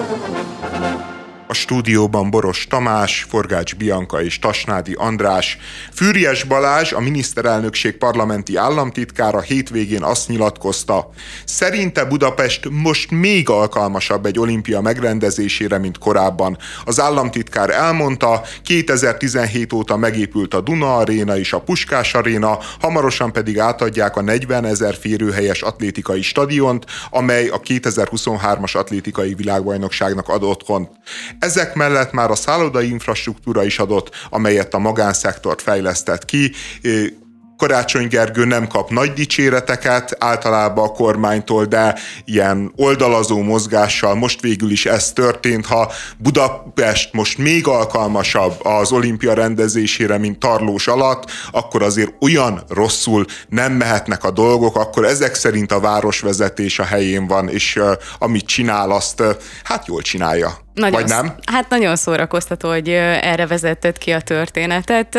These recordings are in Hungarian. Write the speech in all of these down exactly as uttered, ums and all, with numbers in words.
A stúdióban Boros Tamás, Forgács Bianka és Tasnádi András. Füriyes Balázs, a miniszterelnökség parlamenti államtitkára hétvégén azt nyilatkozta, szerinte Budapest most még alkalmasabb egy olimpia megrendezésére, mint korábban. Az államtitkár elmondta, kétezer-tizenhét óta megépült a Duna Aréna és a Puskás Aréna, hamarosan pedig átadják a negyvenezer férőhelyes atlétikai stadiont, amely a kétezer-huszonhármas atlétikai világbajnokságnak ad otthont. Ezek mellett már a szállodai infrastruktúra is adott, amelyet a magánszektort fejlesztett ki. Karácsony Gergő nem kap nagy dicséreteket általában a kormánytól, de ilyen oldalazó mozgással most végül is ez történt. Ha Budapest most még alkalmasabb az olimpia rendezésére, mint Tarlós alatt, akkor azért olyan rosszul nem mehetnek a dolgok, akkor ezek szerint a városvezetés a helyén van, és uh, amit csinál, azt uh, hát jól csinálja. Nagyon, vagy nem? Hát nagyon szórakoztató, hogy erre vezetted ki a történetet.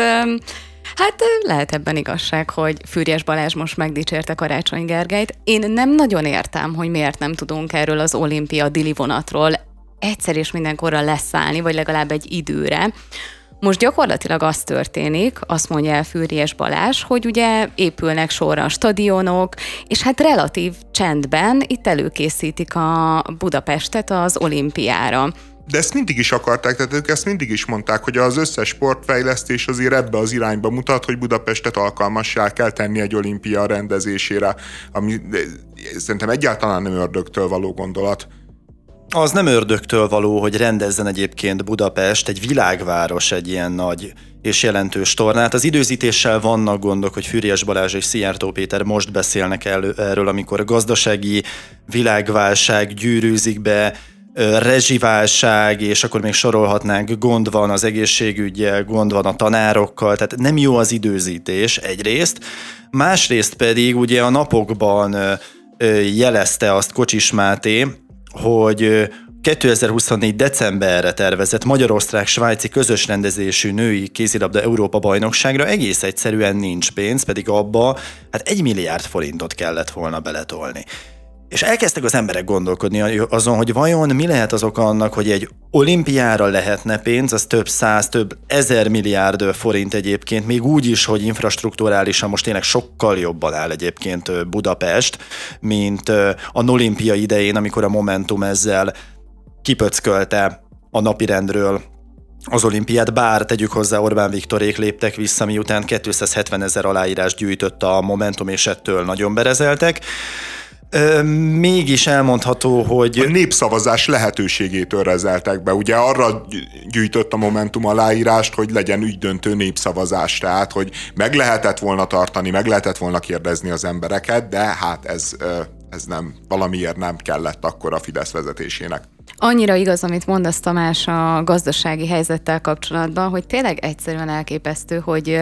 Hát lehet ebben igazság, hogy Füriyes Balázs most megdicsérte Karácsony Gergelyt. Én nem nagyon értem, hogy miért nem tudunk erről az olimpia dili vonatról egyszer és mindenkorra leszállni, vagy legalább egy időre. Most gyakorlatilag az történik, azt mondja el Füriyes Balázs, hogy ugye épülnek sorra a stadionok, és hát relatív csendben itt előkészítik a Budapestet az olimpiára. De ezt mindig is akarták, tehát ők ezt mindig is mondták, hogy az összes sportfejlesztés azért ebbe az irányba mutat, hogy Budapestet alkalmassá kell tenni egy olimpia rendezésére, ami szerintem egyáltalán nem ördögtől való gondolat. Az nem ördögtől való, hogy rendezzen egyébként Budapest, egy világváros, egy ilyen nagy és jelentős tornát. Az időzítéssel vannak gondok, hogy Füriyes Balázs és Szijjártó Péter most beszélnek elő, erről, amikor a gazdasági világválság gyűrűzik be, rezsiválság, és akkor még sorolhatnánk, gond van az egészségüggyel, gond van a tanárokkal, tehát nem jó az időzítés egyrészt, másrészt pedig ugye a napokban jelezte azt Kocsis Máté, hogy kétezer-huszonnégy decemberre tervezett magyar-osztrák-svájci közös rendezésű női kézilabda Európa-bajnokságra egész egyszerűen nincs pénz, pedig abba hát egy milliárd forintot kellett volna beletolni. És elkezdtek az emberek gondolkodni azon, hogy vajon mi lehet az oka annak, hogy egy olimpiára lehetne pénz, az több száz, több ezer milliárd forint egyébként, még úgy is, hogy infrastrukturálisan most tényleg sokkal jobban áll egyébként Budapest, mint a olimpia idején, amikor a Momentum ezzel kipöckölte a napirendről az olimpiát, bár tegyük hozzá, Orbán Viktorék léptek vissza, miután kétszázhetvenezer aláírás gyűjtött a Momentum, és ettől nagyon berezeltek. Ö, mégis elmondható, hogy... A népszavazás lehetőségétől rezeltek be. Ugye arra gyűjtött a Momentum aláírást, hogy legyen ügydöntő népszavazás, tehát hogy meg lehetett volna tartani, meg lehetett volna kérdezni az embereket, de hát ez, ez nem, valamiért nem kellett akkor a Fidesz vezetésének. Annyira igaz, amit mondasz, Tamás, a gazdasági helyzettel kapcsolatban, hogy tényleg egyszerűen elképesztő, hogy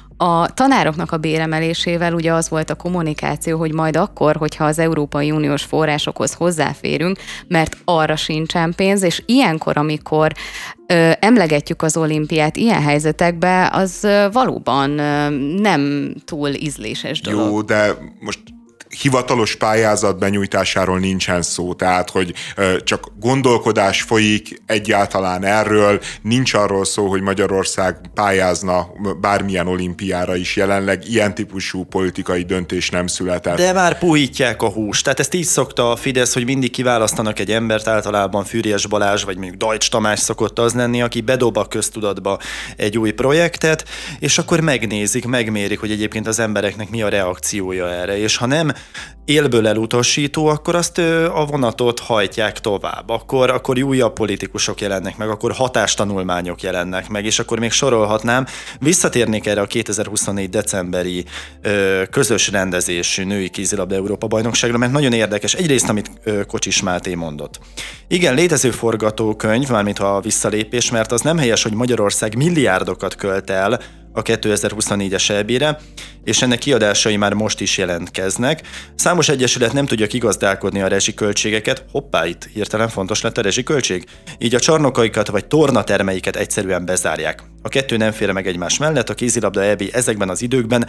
a tanároknak a béremelésével ugye az volt a kommunikáció, hogy majd akkor, hogyha az Európai Uniós forrásokhoz hozzáférünk, mert arra sincsen pénz, és ilyenkor, amikor ö, emlegetjük az olimpiát ilyen helyzetekben, az ö, valóban ö, nem túl ízléses dolog. Jó, de most hivatalos pályázat benyújtásáról nincsen szó, tehát hogy ö, csak gondolkodás folyik egyáltalán erről, nincs arról szó, hogy Magyarország pályázna bármilyen olimpiára is jelenleg, ilyen típusú politikai döntés nem született. De már puhítják a húst, tehát ezt így szokta a Fidesz, hogy mindig kiválasztanak egy embert, általában Füriyes Balázs, vagy mondjuk Deutsch Tamás szokott az lenni, aki bedob a köztudatba egy új projektet, és akkor megnézik, megmérik, hogy egyébként az embereknek mi a reakciója erre, és ha nem élből elutasító, akkor azt a vonatot hajtják tovább. Akkor, akkor újabb politikusok jelennek meg, akkor hatástanulmányok jelennek meg, és akkor még sorolhatnám. Visszatérnék erre a kétezer-huszonnégy decemberi ö, közös rendezésű női kézilabda Európa-bajnokságra, mert nagyon érdekes. Egyrészt, amit ö, Kocsis Máté mondott. Igen, létező forgatókönyv, mármint a visszalépés, mert az nem helyes, hogy Magyarország milliárdokat költ el a kétezer-huszonnégyes é bé-re, és ennek kiadásai már most is jelentkeznek. Számos egyesület nem tudja kigazdálkodni a rezsiköltségeket. Hoppá, itt hirtelen fontos lett a rezsiköltség. Így a csarnokaikat vagy tornatermeiket egyszerűen bezárják. A kettő nem fér meg egymás mellett, a kézilabda é bé ezekben az időkben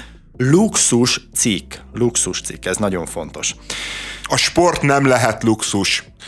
luxus cikk. Luxus cikk, ez nagyon fontos. A sport nem lehet luxus.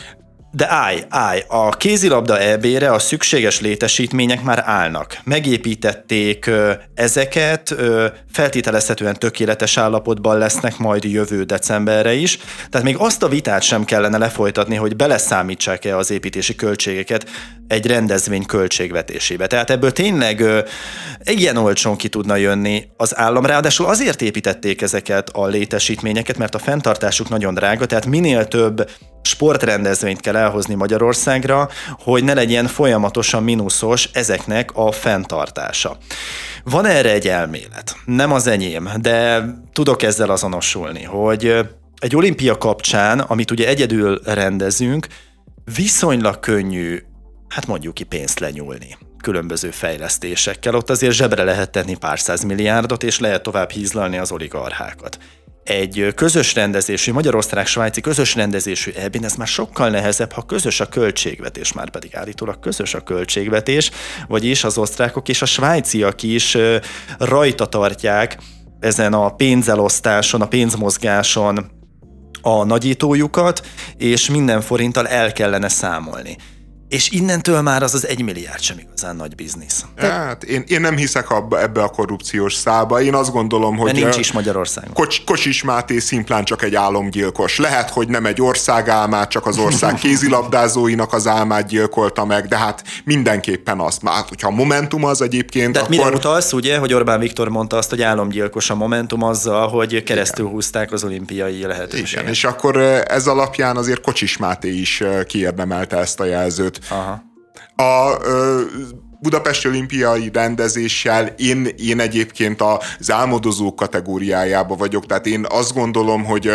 De állj, állj, a kézilabda é bé-re a szükséges létesítmények már állnak. Megépítették ezeket, feltételezhetően tökéletes állapotban lesznek majd jövő decemberre is. Tehát még azt a vitát sem kellene lefolytatni, hogy beleszámítsák-e az építési költségeket egy rendezvény költségvetésébe. Tehát ebből tényleg ilyen olcsón ki tudna jönni az állam. Ráadásul azért építették ezeket a létesítményeket, mert a fenntartásuk nagyon drága, tehát minél több sportrendezvényt kell elhozni Magyarországra, hogy ne legyen folyamatosan mínuszos ezeknek a fenntartása. Van erre egy elmélet, nem az enyém, de tudok ezzel azonosulni, hogy egy olimpia kapcsán, amit ugye egyedül rendezünk, viszonylag könnyű, hát mondjuk ki pénzt lenyúlni különböző fejlesztésekkel. Ott azért zsebre lehet tenni pár száz milliárdot, és lehet tovább hízlalni az oligarchákat. Egy közös rendezésű, magyar-osztrák-svájci közös rendezésű é bén ez már sokkal nehezebb, ha közös a költségvetés, már pedig állítólag közös a költségvetés, vagyis az osztrákok és a svájciak is rajta tartják ezen a pénzelosztáson, a pénzmozgáson a nagyítójukat, és minden forinttal el kellene számolni. És innentől már az az egy milliárd sem igazán nagy biznisz. Hát én, én nem hiszek abba, ebbe a korrupciós szába. Én azt gondolom, hogy... De nincs is Magyarországon. Kocs, Kocsis Máté szimplán csak egy álomgyilkos. Lehet, hogy nem egy ország álmát, csak az ország kézilabdázóinak az álmát gyilkolta meg, de hát mindenképpen azt már, hogyha a Momentum az egyébként, de akkor... mire utalsz, ugye, hogy Orbán Viktor mondta azt, hogy álomgyilkos a Momentum azzal, hogy keresztül igen. húzták az olimpiai lehetőséget. Igen, és akkor ez alapján azért Kocsis Máté is kiérdemelte ezt a jelzőt. Aha. A ö, Budapesti olimpiai rendezéssel én, én egyébként az álmodozók kategóriájába vagyok, tehát én azt gondolom, hogy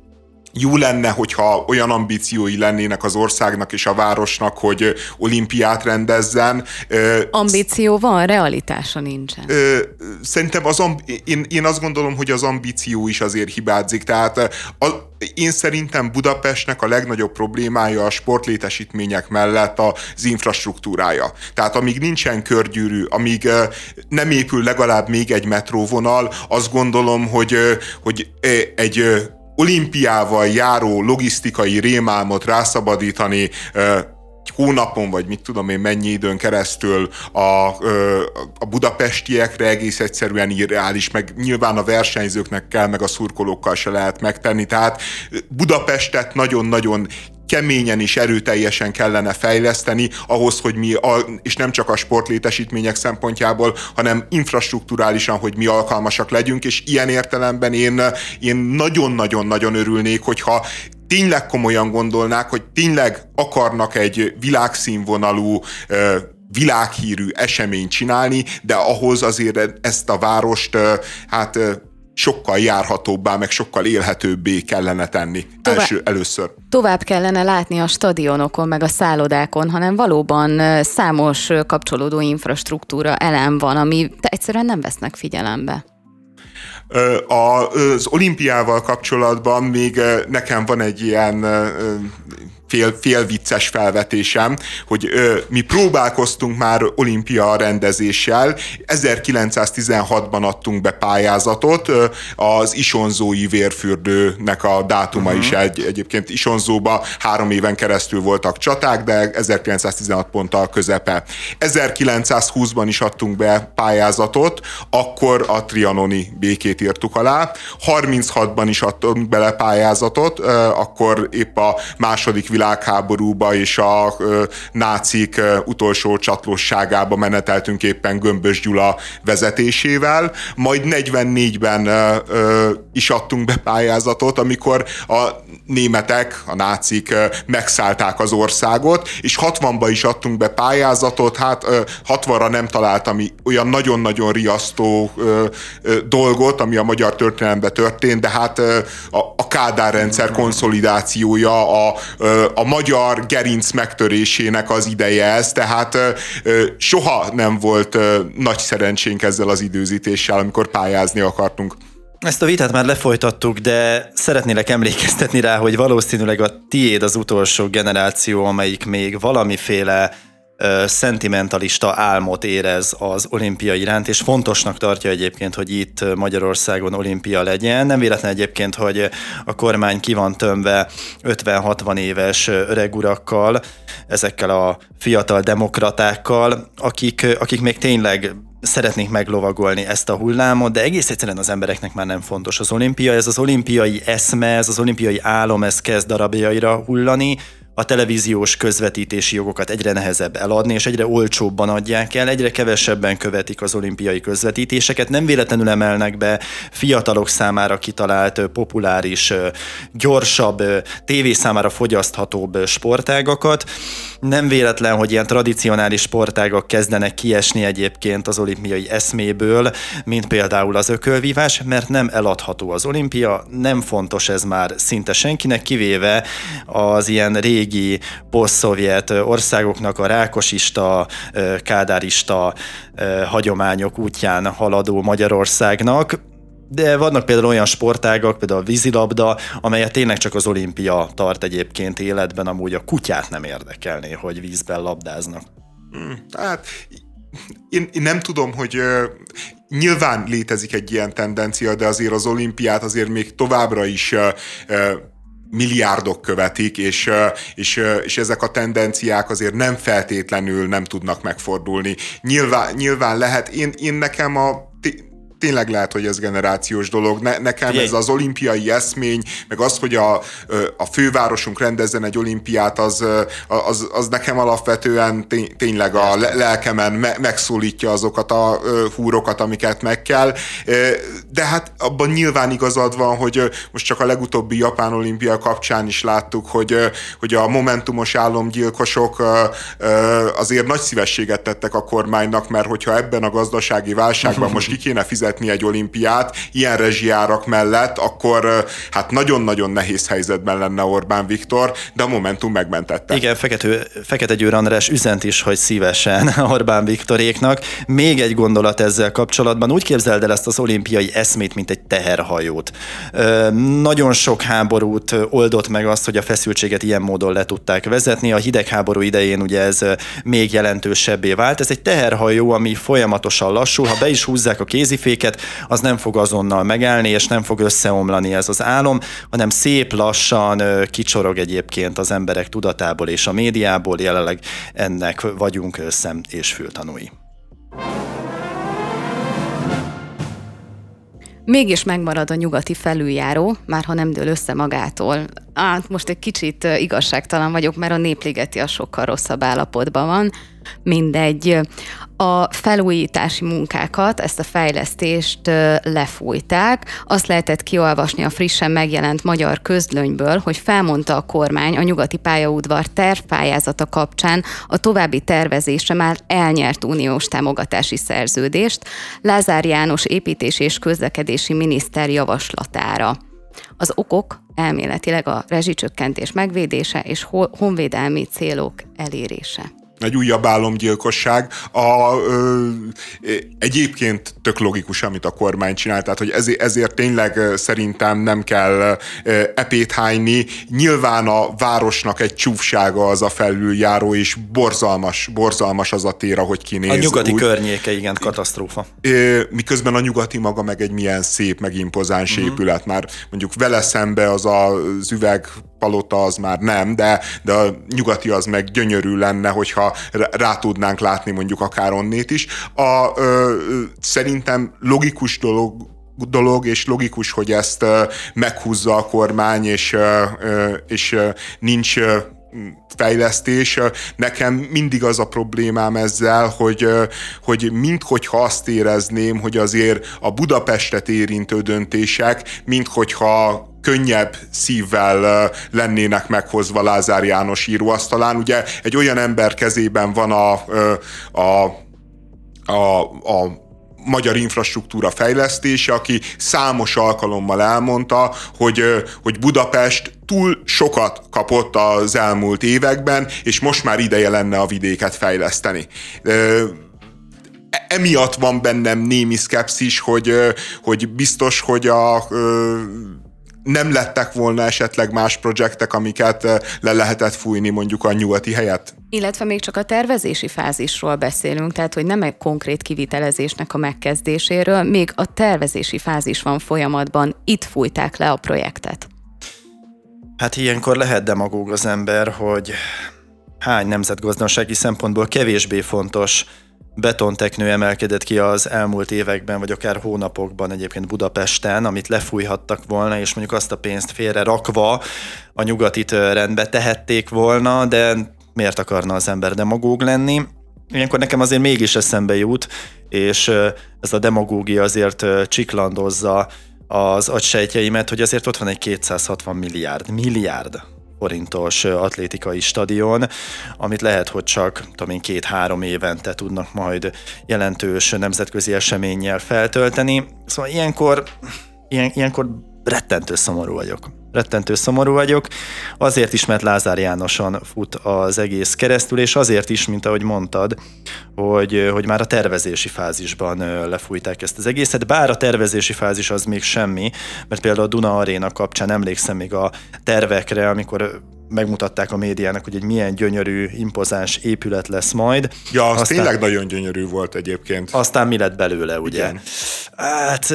jó lenne, hogyha olyan ambíciói lennének az országnak és a városnak, hogy olimpiát rendezzen. Ambíció van, realitása nincsen. Szerintem az amb- én, én azt gondolom, hogy az ambíció is azért hibázik. Tehát a, én szerintem Budapestnek a legnagyobb problémája a sportlétesítmények mellett az infrastruktúrája. Tehát amíg nincsen körgyűrű, amíg nem épül legalább még egy metróvonal, azt gondolom, hogy, hogy egy olimpiával járó logisztikai rémálmot rászabadítani hónapon, vagy mit tudom én mennyi időn keresztül a, a budapestiekre egész egyszerűen irreális, meg nyilván a versenyzőknek kell, meg a szurkolókkal se lehet megtenni. Tehát Budapestet nagyon-nagyon keményen és erőteljesen kellene fejleszteni ahhoz, hogy mi, a, és nem csak a sportlétesítmények szempontjából, hanem infrastrukturálisan, hogy mi alkalmasak legyünk, és ilyen értelemben én, én nagyon-nagyon-nagyon örülnék, hogyha tényleg komolyan gondolnák, hogy tényleg akarnak egy világszínvonalú, világhírű eseményt csinálni, de ahhoz azért ezt a várost hát sokkal járhatóbbá, meg sokkal élhetőbbé kellene tenni. Tovább, Első, először. Tovább kellene látni a stadionokon, meg a szállodákon, hanem valóban számos kapcsolódó infrastruktúra elem van, ami egyszerűen nem vesznek figyelembe. Az olimpiával kapcsolatban még nekem van egy ilyen fél, fél vicces felvetésem, hogy ö, mi próbálkoztunk már olimpia rendezéssel, ezerkilencszáztizenhatban adtunk be pályázatot, ö, az isonzói vérfürdőnek a dátuma uh-huh. is egy, egyébként Isonzóba három éven keresztül voltak csaták, de ezerkilencszáztizenhat pont a közepe. ezerkilencszázhúszban is adtunk be pályázatot, akkor a trianoni békét írtuk alá, harminchatban is adtunk bele pályázatot, ö, akkor épp a második világháborúba és a ö, nácik ö, utolsó csatlósságába meneteltünk éppen Gömbös Gyula vezetésével, majd negyvennégyben ö, ö, is adtunk be pályázatot, amikor a németek, a nácik ö, megszállták az országot, és hatvanban is adtunk be pályázatot, hát ö, hatvanra nem találtam olyan nagyon-nagyon riasztó ö, ö, dolgot, ami a magyar történelemben történt, de hát ö, a, a Kádár rendszer konszolidációja, a, ö, a magyar gerinc megtörésének az ideje ez, tehát ö, soha nem volt ö, nagy szerencsénk ezzel az időzítéssel, amikor pályázni akartunk. Ezt a vitát már lefolytattuk, de szeretnélek emlékeztetni rá, hogy valószínűleg a tiéd az utolsó generáció, amelyik még valamiféle szentimentalista álmot érez az olimpia iránt, és fontosnak tartja egyébként, hogy itt Magyarországon olimpia legyen. Nem véletlen egyébként, hogy a kormány ki van tömve ötven-hatvan éves öreg urakkal, ezekkel a fiatal demokratákkal, akik, akik még tényleg szeretnék meglovagolni ezt a hullámot, de egész egyszerűen az embereknek már nem fontos az olimpia. Ez az olimpiai eszme, ez az olimpiai álom, ez kezd darabjaira hullani. A televíziós közvetítési jogokat egyre nehezebb eladni, és egyre olcsóbban adják el, egyre kevesebben követik az olimpiai közvetítéseket, nem véletlenül emelnek be fiatalok számára kitalált, populáris, gyorsabb, tévé számára fogyaszthatóbb sportágakat. Nem véletlen, hogy ilyen tradicionális sportágak kezdenek kiesni egyébként az olimpiai eszméből, mint például az ökölvívás, mert nem eladható az olimpia, nem fontos ez már szinte senkinek, kivéve az ilyen régi poszt-szovjet országoknak a rákosista, kádárista hagyományok útján haladó Magyarországnak. De vannak például olyan sportágak, például a vízilabda, amelyet tényleg csak az olimpia tart egyébként életben, amúgy a kutyát nem érdekelné, hogy vízben labdáznak. Hmm, hát én, én nem tudom, hogy uh, nyilván létezik egy ilyen tendencia, de azért az olimpiát azért még továbbra is uh, uh, milliárdok követik, és, és, és ezek a tendenciák azért nem feltétlenül nem tudnak megfordulni. Nyilván, nyilván lehet, én, én nekem a tényleg lehet, hogy ez generációs dolog. Ne, nekem Figyelj. ez az olimpiai eszmény, meg az, hogy a, a fővárosunk rendezzen egy olimpiát, az, az, az nekem alapvetően tényleg a lelkemen me, megszólítja azokat a húrokat, amiket meg kell. De hát abban nyilván igazad van, hogy most csak a legutóbbi japán olimpia kapcsán is láttuk, hogy, hogy a momentumos álomgyilkosok azért nagy szívességet tettek a kormánynak, mert hogyha ebben a gazdasági válságban most ki kéne fizetni egy olimpiát ilyen rezsijárak mellett, akkor hát nagyon-nagyon nehéz helyzetben lenne Orbán Viktor, de a Momentum megmentette. Igen, Fekető, Fekete Győr András üzent is, hogy szívesen Orbán Viktoréknak. Még egy gondolat ezzel kapcsolatban. Úgy képzeld el ezt az olimpiai eszmét, mint egy teherhajót. Ö, nagyon sok háborút oldott meg azt, hogy a feszültséget ilyen módon le tudták vezetni. A hidegháború idején ugye ez még jelentősebbé vált. Ez egy teherhajó, ami folyamatosan lassul. Ha be is húzzák a kéziféket, az nem fog azonnal megállni, és nem fog összeomlani ez az álom, hanem szép lassan kicsorog egyébként az emberek tudatából és a médiából, jelenleg ennek vagyunk szem- és fültanúi. Mégis megmarad a nyugati felüljáró, már ha nem dől össze magától. Hát most egy kicsit igazságtalan vagyok, mert a Népligeti a sokkal rosszabb állapotban van. Mindegy. A felújítási munkákat, ezt a fejlesztést lefújták. Azt lehetett kiolvasni a frissen megjelent magyar közlönyből, hogy felmondta a kormány a nyugati pályaudvar tervpályázata kapcsán a további tervezésre már elnyert uniós támogatási szerződést Lázár János építési és közlekedési miniszter javaslatára. Az okok elméletileg a rezsicsökkentés megvédése és honvédelmi célok elérése. Egy újabb álomgyilkosság. A, ö, egyébként tök logikus, amit a kormány csinál, tehát hogy ezért, ezért tényleg szerintem nem kell ö, epét hányni. Nyilván a városnak egy csúfsága az a felüljáró, és borzalmas, borzalmas az a tér, ahogy kinéz. A nyugati úgy, környéke, igen, katasztrófa. Ö, miközben a nyugati maga meg egy milyen szép, meg impozáns uh-huh. épület. Már mondjuk vele szembe az az üvegpalota az már nem, de, de a nyugati az meg gyönyörű lenne, hogyha rá tudnánk látni mondjuk akár onnét is. A, ö, szerintem logikus dolog, dolog, és logikus, hogy ezt ö, meghúzza a kormány, és, ö, és ö, nincs ö, fejlesztés. Nekem mindig az a problémám ezzel, hogy, hogy minthogyha azt érezném, hogy azért a Budapestet érintő döntések, minthogyha könnyebb szívvel lennének meghozva Lázár János íróasztalán. Ugye egy olyan ember kezében van a, a, a, a magyar infrastruktúra fejlesztése, aki számos alkalommal elmondta, hogy, hogy Budapest túl sokat kapott az elmúlt években, és most már ideje lenne a vidéket fejleszteni. Emiatt van bennem némi szkepszis, hogy, hogy biztos, hogy a nem lettek volna esetleg más projektek, amiket le lehetett fújni mondjuk a nyugati helyet? Illetve még csak a tervezési fázisról beszélünk, tehát hogy nem egy konkrét kivitelezésnek a megkezdéséről, még a tervezési fázis van folyamatban, itt fújták le a projektet. Hát ilyenkor lehet demagóg az ember, hogy hány nemzetgazdasági szempontból kevésbé fontos betonteknő emelkedett ki az elmúlt években, vagy akár hónapokban egyébként Budapesten, amit lefújhattak volna, és mondjuk azt a pénzt félre rakva a nyugatit rendbe tehették volna, de miért akarna az ember demagóg lenni? Ilyenkor nekem azért mégis eszembe jut, és ez a demagógia azért csiklandozza az agysejtjeimet, hogy azért ott van egy kétszázhatvan milliárd, milliárd forintos atlétikai stadion, amit lehet, hogy csak tudom én, két-három évente tudnak majd jelentős nemzetközi eseménnyel feltölteni. Szóval ilyenkor, ilyen, ilyenkor rettentő szomorú vagyok. Rettentő szomorú vagyok, azért is, mert Lázár Jánoson fut az egész keresztül, és azért is, mint ahogy mondtad, hogy, hogy már a tervezési fázisban lefújták ezt az egészet, bár a tervezési fázis az még semmi, mert például a Duna Aréna kapcsán emlékszem még a tervekre, amikor megmutatták a médiának, hogy egy milyen gyönyörű, impozáns épület lesz majd. Ja, az aztán, tényleg nagyon gyönyörű volt egyébként. Aztán mi lett belőle, ugye? Igen. Hát...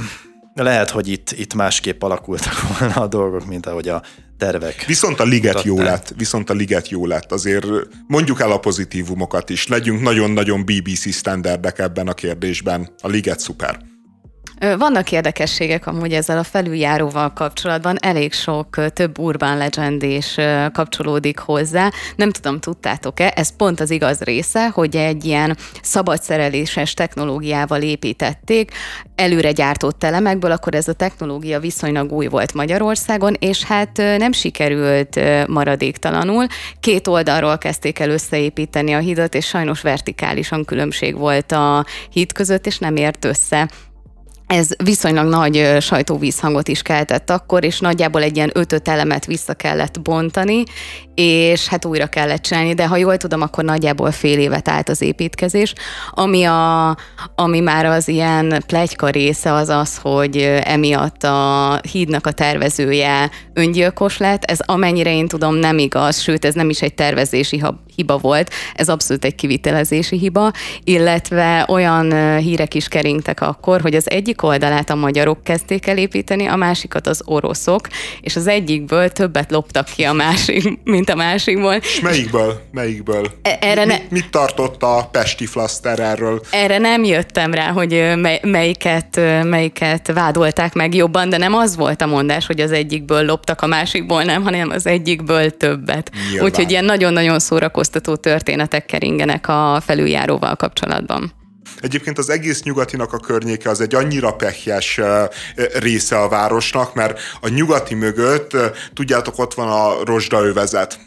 Lehet, hogy itt, itt másképp alakultak volna a dolgok, mint ahogy a tervek. Viszont a liget mutatták. jó lett, viszont a liget jó lett. Azért mondjuk el a pozitívumokat is. Legyünk nagyon-nagyon bé bé cé standardek ebben a kérdésben. A liget szuper. Vannak érdekességek amúgy ezzel a felüljáróval kapcsolatban, elég sok több urban legend is kapcsolódik hozzá. Nem tudom, tudtátok-e, ez pont az igaz része, hogy egy ilyen szabadszereléses technológiával építették, előre gyártott elemekből, akkor ez a technológia viszonylag új volt Magyarországon, és hát nem sikerült maradéktalanul. Két oldalról kezdték el összeépíteni a hidat, és sajnos vertikálisan különbség volt a híd között, és nem ért össze. Ez viszonylag nagy sajtóvízhangot is keltett akkor, és nagyjából egy ilyen öt-öt elemet vissza kellett bontani, és hát újra kellett csinálni, de ha jól tudom, akkor nagyjából fél évet állt az építkezés. Ami, a, ami már az ilyen pletyka része az az, hogy emiatt a hídnak a tervezője öngyilkos lett. Ez amennyire én tudom nem igaz, sőt ez nem is egy tervezési hiba volt, ez abszolút egy kivitelezési hiba, illetve olyan hírek is keringtek akkor, hogy az egyik oldalát a magyarok kezdték el építeni, a másikat az oroszok, és az egyikből többet loptak ki a másik, mint a másikból. És melyikből? Melyikből? Erre ne... mit, mit tartott a pesti flaszter erről? Erre nem jöttem rá, hogy mely, melyiket, melyiket vádolták meg jobban, de nem az volt a mondás, hogy az egyikből loptak, a másikból nem, hanem az egyikből többet. Nyilván. Úgyhogy ilyen nagyon-nagyon szórakoztató történetek keringenek a felüljáróval kapcsolatban. Egyébként az egész nyugatinak a környéke az egy annyira pehjes része a városnak, mert a nyugati mögött, tudjátok, ott van a rozsdaövezet.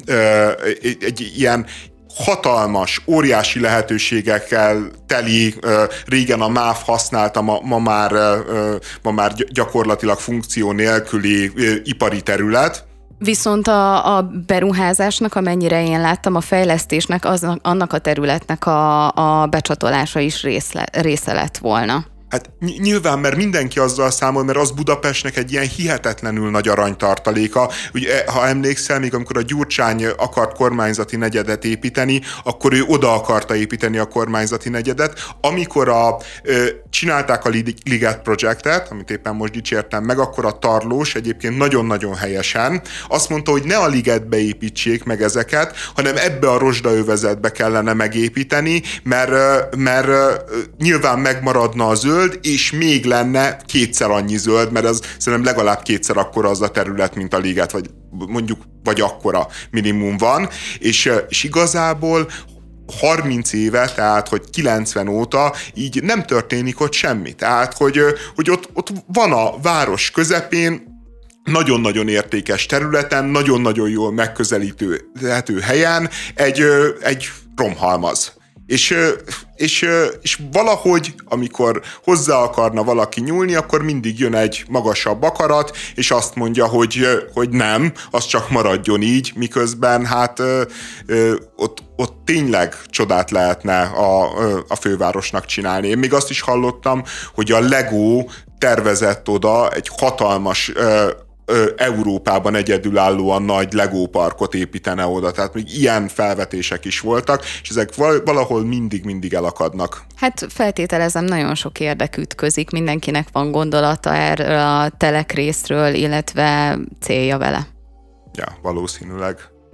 Egy ilyen hatalmas, óriási lehetőségekkel teli, régen a MÁV használta, ma, ma, már, ma már gyakorlatilag funkció nélküli ipari terület. Viszont a, a beruházásnak, amennyire én láttam, a fejlesztésnek, az, annak a területnek a, a becsatolása is része, része lett volna. Hát nyilván, mert mindenki azzal számol, mert az Budapestnek egy ilyen hihetetlenül nagy aranytartaléka. Ugye, ha emlékszel, még amikor a Gyurcsány akart kormányzati negyedet építeni, akkor ő oda akarta építeni a kormányzati negyedet. Amikor a, ö, csinálták a Liget Projectet, amit éppen most dicsértem meg, akkor a Tarlós egyébként nagyon-nagyon helyesen azt mondta, hogy ne a Ligetbe építsék meg ezeket, hanem ebbe a rozsdaövezetbe kellene megépíteni, mert, mert nyilván megmaradna a zöld, és még lenne kétszer annyi zöld, mert az szerintem legalább kétszer akkora az a terület, mint a Liget, vagy mondjuk, vagy akkora minimum van, és, és igazából harminc éve, tehát hogy kilencven óta így nem történik ott semmi. Tehát, hogy, hogy ott, ott van a város közepén, nagyon-nagyon értékes területen, nagyon-nagyon jól megközelíthető helyen egy, egy romhalmaz. És, és, és valahogy, amikor hozzá akarna valaki nyúlni, akkor mindig jön egy magasabb akarat, és azt mondja, hogy, hogy nem, az csak maradjon így, miközben hát ott, ott tényleg csodát lehetne a, a fővárosnak csinálni. Én még azt is hallottam, hogy a Lego tervezett oda egy hatalmas Európában egyedülállóan nagy Lego parkot építene oda. Tehát még ilyen felvetések is voltak, és ezek valahol mindig-mindig elakadnak. Hát feltételezem, nagyon sok érdek ütközik, mindenkinek van gondolata erről a telekrészről, illetve célja vele. Ja, valószínűleg.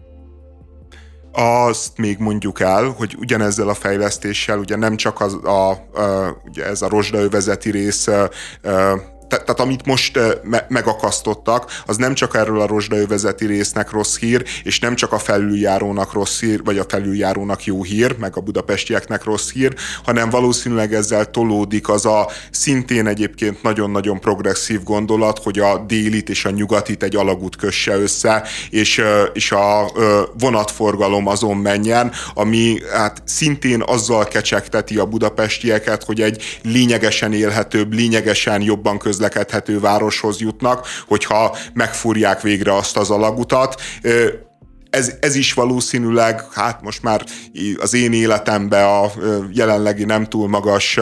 Azt még mondjuk el, hogy ugyanezzel a fejlesztéssel ugye nem csak az a, a, ugye ez a rozsdaövezeti rész, a, a, tehát amit most me- megakasztottak, az nem csak erről a rozsdaövezeti résznek rossz hír, és nem csak a felüljárónak rossz hír, vagy a felüljárónak jó hír, meg a budapestieknek rossz hír, hanem valószínűleg ezzel tolódik az a szintén egyébként nagyon-nagyon progresszív gondolat, hogy a délit és a nyugatit egy alagút kösse össze, és, és a vonatforgalom azon menjen, ami hát szintén azzal kecsegteti a budapestieket, hogy egy lényegesen élhetőbb, lényegesen jobban közlekedhető közlekedhető városhoz jutnak, hogyha megfúrják végre azt az alagutat. Ez, ez is valószínűleg, hát most már az én életemben a jelenlegi nem túl magas,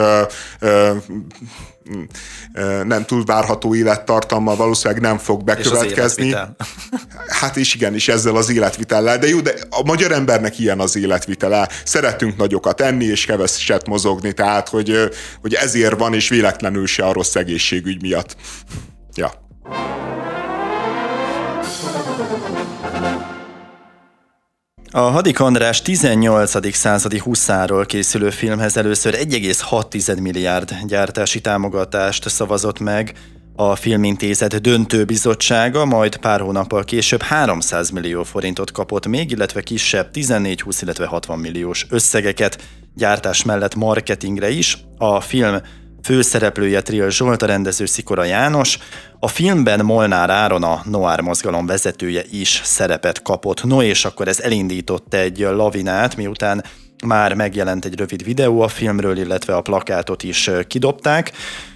nem túl várható élettartammal valószínűleg nem fog bekövetkezni. Hát és igen, és ezzel az életvitellel. De jó, de a magyar embernek ilyen az életvitele. Szeretünk nagyokat enni, és keveset mozogni, tehát, hogy, hogy ezért van, és véletlenül se a rossz egészségügy miatt. Ja. A Hadik András tizennyolcadik századi huszáról készülő filmhez először egy egész hat milliárd gyártási támogatást szavazott meg a Filmintézet döntőbizottsága, majd pár hónappal később háromszáz millió forintot kapott még, illetve kisebb tizennégy, húsz, illetve hatvan milliós összegeket gyártás mellett marketingre is. A film főszereplője Trill Zsolt, a rendező Szikora János. A filmben Molnár Áron, a Noir mozgalom vezetője is szerepet kapott. No, és akkor ez elindított egy lavinát, miután már megjelent egy rövid videó a filmről, illetve a plakátot is kidobták.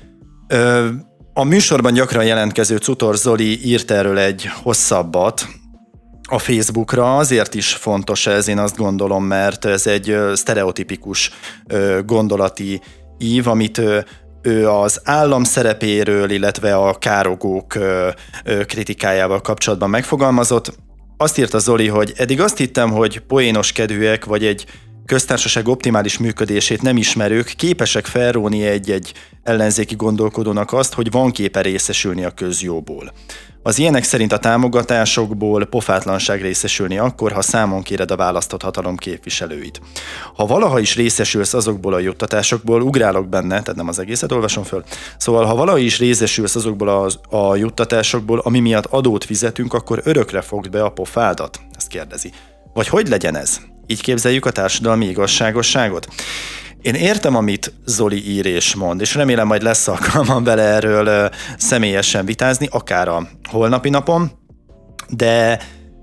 A műsorban gyakran jelentkező Cutor Zoli írt erről egy hosszabbat a Facebookra. Azért is fontos ez, én azt gondolom, mert ez egy sztereotipikus gondolati ív, amit ő, ő az állam szerepéről, illetve a károgók ö, ö, kritikájával kapcsolatban megfogalmazott. Azt írta Zoli, hogy eddig azt hittem, hogy poénos kedvűek vagy egy köztársaság optimális működését nem ismerők képesek felróni egy-egy ellenzéki gondolkodónak azt, hogy van képe részesülni a közjóból. Az ilyenek szerint a támogatásokból pofátlanság részesülni akkor, ha számon kéred a választott hatalom képviselőit. Ha valaha is részesülsz azokból a juttatásokból, ugrálok benne, tehát nem az egészet olvasom föl, szóval ha valaha is részesülsz azokból a, a juttatásokból, ami miatt adót fizetünk, akkor örökre fogd be a pofádat? Ezt kérdezi. Vagy hogy legyen ez? Így képzeljük a társadalmi igazságosságot? Én értem, amit Zoli ír és mond, és remélem majd lesz alkalmam vele erről személyesen vitázni, akár a holnapi napon, de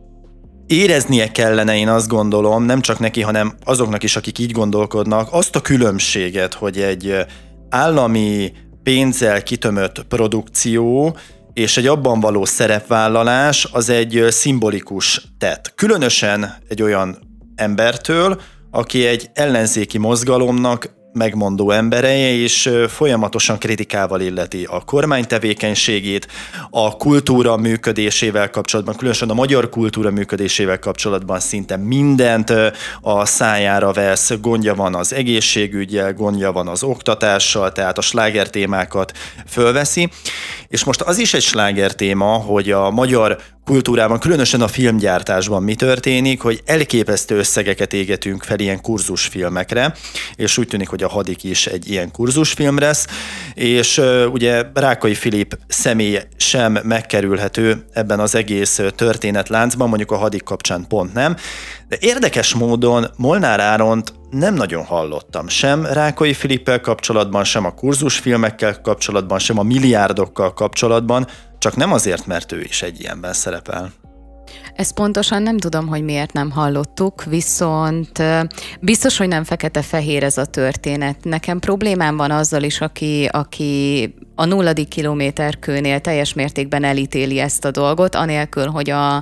éreznie kellene, én azt gondolom, nem csak neki, hanem azoknak is, akik így gondolkodnak, azt a különbséget, hogy egy állami pénzzel kitömött produkció és egy abban való szerepvállalás az egy szimbolikus tett. Különösen egy olyan embertől, aki egy ellenzéki mozgalomnak megmondó embere, és folyamatosan kritikával illeti a kormány tevékenységét, a kultúra működésével kapcsolatban, különösen a magyar kultúra működésével kapcsolatban szinte mindent a szájára vesz, gondja van az egészségüggyel, gondja van az oktatással, tehát a sláger témákat fölveszi. És most az is egy sláger téma, hogy a magyar kultúrában, különösen a filmgyártásban mi történik, hogy elképesztő összegeket égetünk fel ilyen kurzusfilmekre, és úgy tűnik, hogy a Hadik is egy ilyen kurzusfilm lesz, és uh, ugye Rákai Filip személye sem megkerülhető ebben az egész történetláncban, mondjuk a Hadik kapcsán pont nem, de érdekes módon Molnár Áront nem nagyon hallottam sem Rákai Filippel kapcsolatban, sem a kurzusfilmekkel kapcsolatban, sem a milliárdokkal kapcsolatban, csak nem azért, mert ő is egy ilyenben szerepel. Ezt pontosan nem tudom, hogy miért nem hallottuk, viszont biztos, hogy nem fekete-fehér ez a történet. Nekem problémám van azzal is, aki, aki a nulladik kilométerkőnél teljes mértékben elítéli ezt a dolgot, anélkül, hogy a,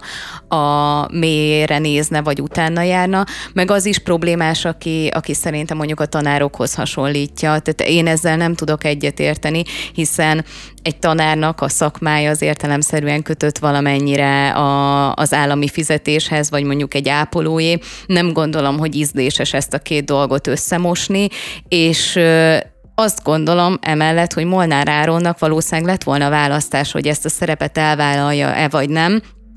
a mélyére nézne, vagy utána járna, meg az is problémás, aki, aki szerintem mondjuk a tanárokhoz hasonlítja. Tehát én ezzel nem tudok egyetérteni, hiszen egy tanárnak a szakmája az értelemszerűen kötött valamennyire a, az állami fizetéshez, vagy mondjuk egy ápolóé. Nem gondolom, hogy ízléses ezt a két dolgot összemosni, és azt gondolom emellett, hogy Molnár Áronnak valószínűleg lett volna választás, hogy ezt a szerepet elvállalja-e vagy nem,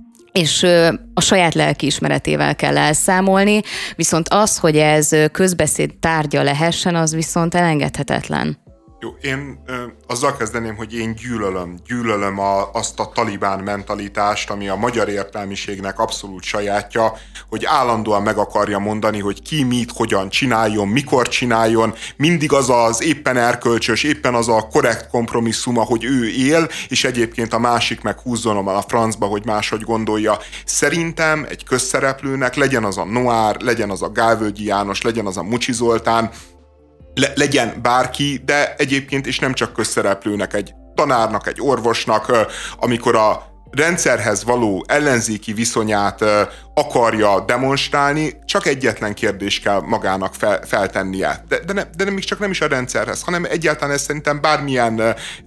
és a saját lelkiismeretével kell elszámolni, viszont az, hogy ez közbeszéd tárgya lehessen, az viszont elengedhetetlen. Jó, én ö, azzal kezdeném, hogy én gyűlölöm, gyűlölöm a, azt a talibán mentalitást, ami a magyar értelmiségnek abszolút sajátja, hogy állandóan meg akarja mondani, hogy ki mit, hogyan csináljon, mikor csináljon, mindig az az éppen erkölcsös, éppen az a korrekt kompromisszum, ahogy ő él, és egyébként a másik meg húzzon a francba, hogy máshogy gondolja. Szerintem egy közszereplőnek legyen az a Noár, legyen az a Gálvölgyi János, legyen az a Mucsi Zoltán, Le- legyen bárki, de egyébként is nem csak közszereplőnek, egy tanárnak, egy orvosnak, amikor a rendszerhez való ellenzéki viszonyát akarja demonstrálni, csak egyetlen kérdést kell magának fel- feltennie. De, de, ne, de nem, csak nem is a rendszerhez, hanem egyáltalán ez szerintem bármilyen,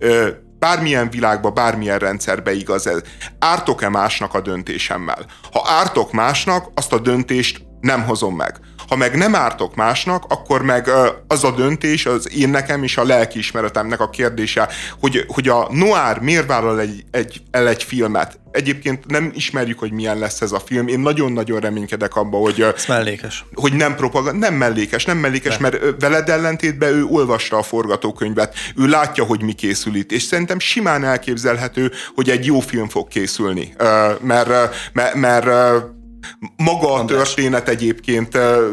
bármilyen világba, bármilyen rendszerbe igaz ez. Ártok-e másnak a döntésemmel? Ha ártok másnak, azt a döntést nem hozom meg. Ha meg nem ártok másnak, akkor meg az a döntés, az én nekem és a lelkiismeretemnek a kérdése, hogy, hogy a Noár miért vállal egy, egy, el egy filmet. Egyébként nem ismerjük, hogy milyen lesz ez a film. Én nagyon-nagyon reménykedek abban, hogy... Ez mellékes. Hogy nem propaganda, nem mellékes, nem mellékes, de. Mert veled ellentétben ő olvasta a forgatókönyvet, ő látja, hogy mi készül itt, és szerintem simán elképzelhető, hogy egy jó film fog készülni. Mert, mert, mert maga a történet egyébként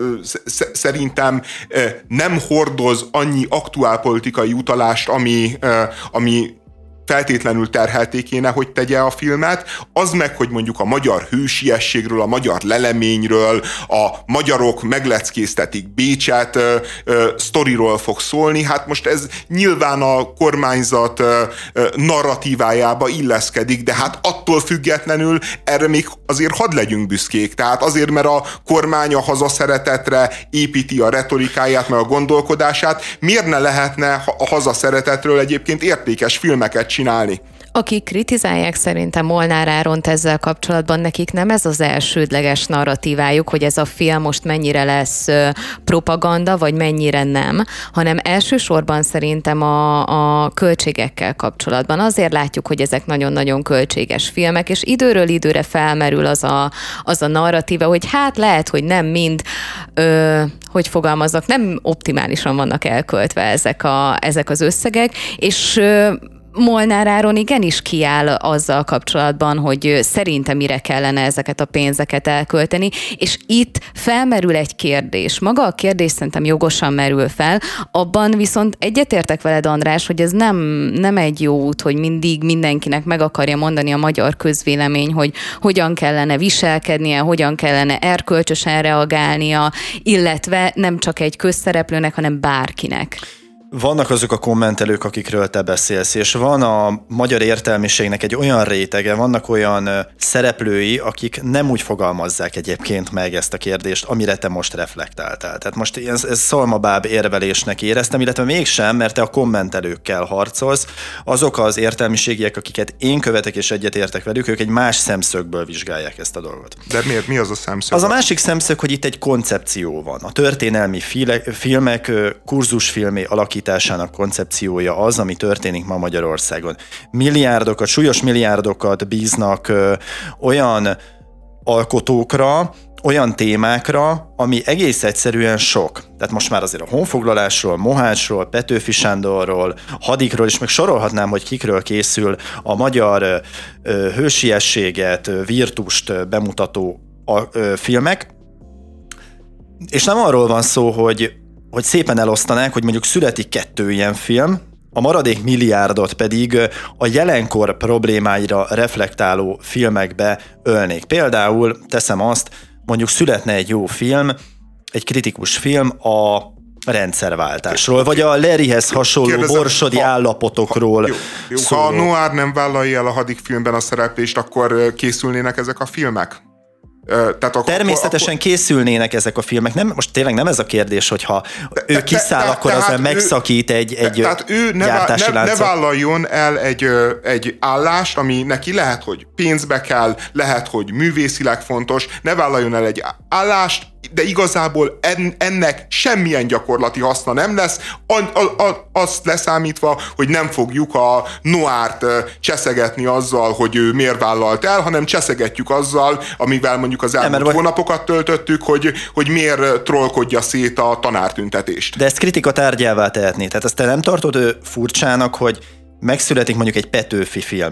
szerintem nem hordoz annyi aktuálpolitikai utalást, ami, ami feltétlenül terhelté kéne, hogy tegye a filmet, az meg, hogy mondjuk a magyar hősiességről, a magyar leleményről, a magyarok megleckéztetik Bécset, ö, ö, sztoriról fog szólni, hát most ez nyilván a kormányzat ö, ö, narratívájába illeszkedik, de hát attól függetlenül erre még azért hadd legyünk büszkék, tehát azért, mert a kormány a hazaszeretetre építi a retorikáját, meg a gondolkodását, miért ne lehetne a hazaszeretetről egyébként értékes filmeket csinálni? Akik kritizálják szerintem Molnár Áront ezzel kapcsolatban, nekik nem ez az elsődleges narratívájuk, hogy ez a film most mennyire lesz propaganda, vagy mennyire nem, hanem elsősorban szerintem a, a költségekkel kapcsolatban. Azért látjuk, hogy ezek nagyon-nagyon költséges filmek, és időről időre felmerül az a, az a narratíva, hogy hát lehet, hogy nem mind, ö, hogy fogalmaznak, nem optimálisan vannak elköltve ezek, a, ezek az összegek, és ö, Molnár Áron igenis kiáll azzal kapcsolatban, hogy szerintem mire kellene ezeket a pénzeket elkölteni, és itt felmerül egy kérdés. Maga a kérdés szerintem jogosan merül fel, abban viszont egyetértek veled, András, hogy ez nem, nem egy jó út, hogy mindig mindenkinek meg akarja mondani a magyar közvélemény, hogy hogyan kellene viselkednie, hogyan kellene erkölcsösen reagálnia, illetve nem csak egy közszereplőnek, hanem bárkinek. Vannak azok a kommentelők, akikről te beszélsz, és van a magyar értelmiségnek egy olyan rétege, vannak olyan szereplői, akik nem úgy fogalmazzák egyébként meg ezt a kérdést, amire te most reflektáltál. Tehát most ez, ez szalmabáb érvelésnek éreztem, illetve mégsem, mert te a kommentelőkkel harcolsz. Azok az értelmiségiek, akiket én követek és egyetértek velük, ők egy más szemszögből vizsgálják ezt a dolgot. De miért? Mi az a szemszög? Az a másik szemszög, hogy itt egy koncepció van. A történelmi file, filmek kurzusfilmé alakításának koncepciója az, ami történik ma Magyarországon. Milliárdokat, súlyos milliárdokat bíznak ö, olyan alkotókra, olyan témákra, ami egész egyszerűen sok. Tehát most már azért a honfoglalásról, Mohácsról, Petőfi Sándorról, Hadikról, és meg sorolhatnám, hogy kikről készül a magyar ö, ö, hősiességet, virtust bemutató a, ö, filmek. És nem arról van szó, hogy hogy szépen elosztanák, hogy mondjuk születik kettő ilyen film, a maradék milliárdot pedig a jelenkor problémáira reflektáló filmekbe ölnék. Például teszem azt, mondjuk születne egy jó film, egy kritikus film a rendszerváltásról, vagy a Larryhez hasonló Kérdezem, borsodi ha, állapotokról ha, jó, jó, ha a Noir nem vállalja el a Hadik filmben a szereplést, akkor készülnének ezek a filmek? Tehát akkor, Természetesen akkor, készülnének ezek a filmek. Nem, most tényleg nem ez a kérdés, hogyha de, ő kiszáll, de, akkor az megszakít egy, egy tehát ő ne, gyártási ne, ne vállaljon el egy, egy állást, ami neki lehet, hogy pénzbe kell, lehet, hogy művészileg fontos, ne vállaljon el egy állást, de igazából en, ennek semmilyen gyakorlati haszna nem lesz, a, a, a, azt leszámítva, hogy nem fogjuk a Noárt cseszegetni azzal, hogy ő miért vállalt el, hanem cseszegetjük azzal, amivel mondjuk az elmúlt nem, hónapokat töltöttük, hogy, hogy miért trollkodja szét a tanártüntetést. De ezt kritika tárgyává tehetné. Tehát ezt te nem tartod furcsának, hogy megszületik mondjuk egy Petőfi film.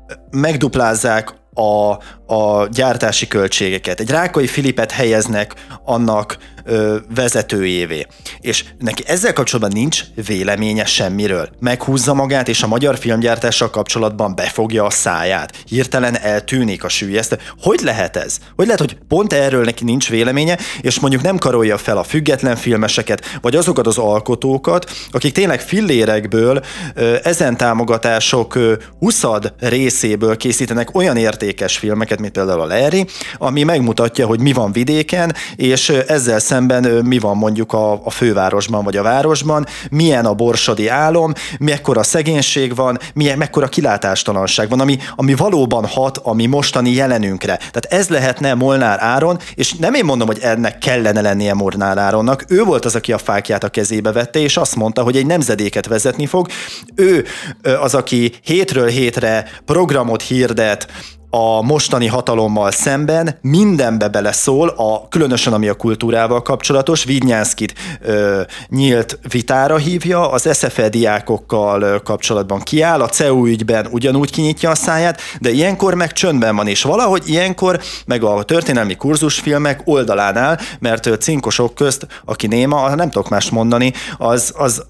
Megduplázzák a, a gyártási költségeket. Egy Rákai Filipet helyeznek annak ö, vezetőjévé. És neki ezzel kapcsolatban nincs véleménye semmiről. Meghúzza magát, és a magyar filmgyártással kapcsolatban befogja a száját. Hirtelen eltűnik a süllyesztő. Hogy lehet ez? Hogy lehet, hogy pont erről neki nincs véleménye, és mondjuk nem karolja fel a független filmeseket, vagy azokat az alkotókat, akik tényleg fillérekből, ö, ezen támogatások ö, huszad részéből készítenek olyan értékes filmeket, mint például a Larry, ami megmutatja, hogy mi van vidéken, és ezzel szemben mi van mondjuk a, a fővárosban vagy a városban, milyen a borsodi álom, mekkora szegénység van, milyen, mekkora kilátástalanság van, ami, ami valóban hat a mi mostani jelenünkre. Tehát ez lehetne Molnár Áron, és nem én mondom, hogy ennek kellene lennie Molnár Áronnak, ő volt az, aki a fákját a kezébe vette, és azt mondta, hogy egy nemzedéket vezetni fog. Ő az, aki hétről hétre programot hirdet a mostani hatalommal szemben, mindenbe beleszól, a, különösen ami a kultúrával kapcsolatos. Vidnyánszkit ö, nyílt vitára hívja, az es ef e diákokkal ö, kapcsolatban kiáll, a cé e u ügyben ugyanúgy kinyitja a száját, de ilyenkor meg csöndben van, és valahogy ilyenkor meg a történelmi kurzusfilmek oldalán áll, mert ö, cinkosok közt, aki néma, nem tudok más mondani, az, az,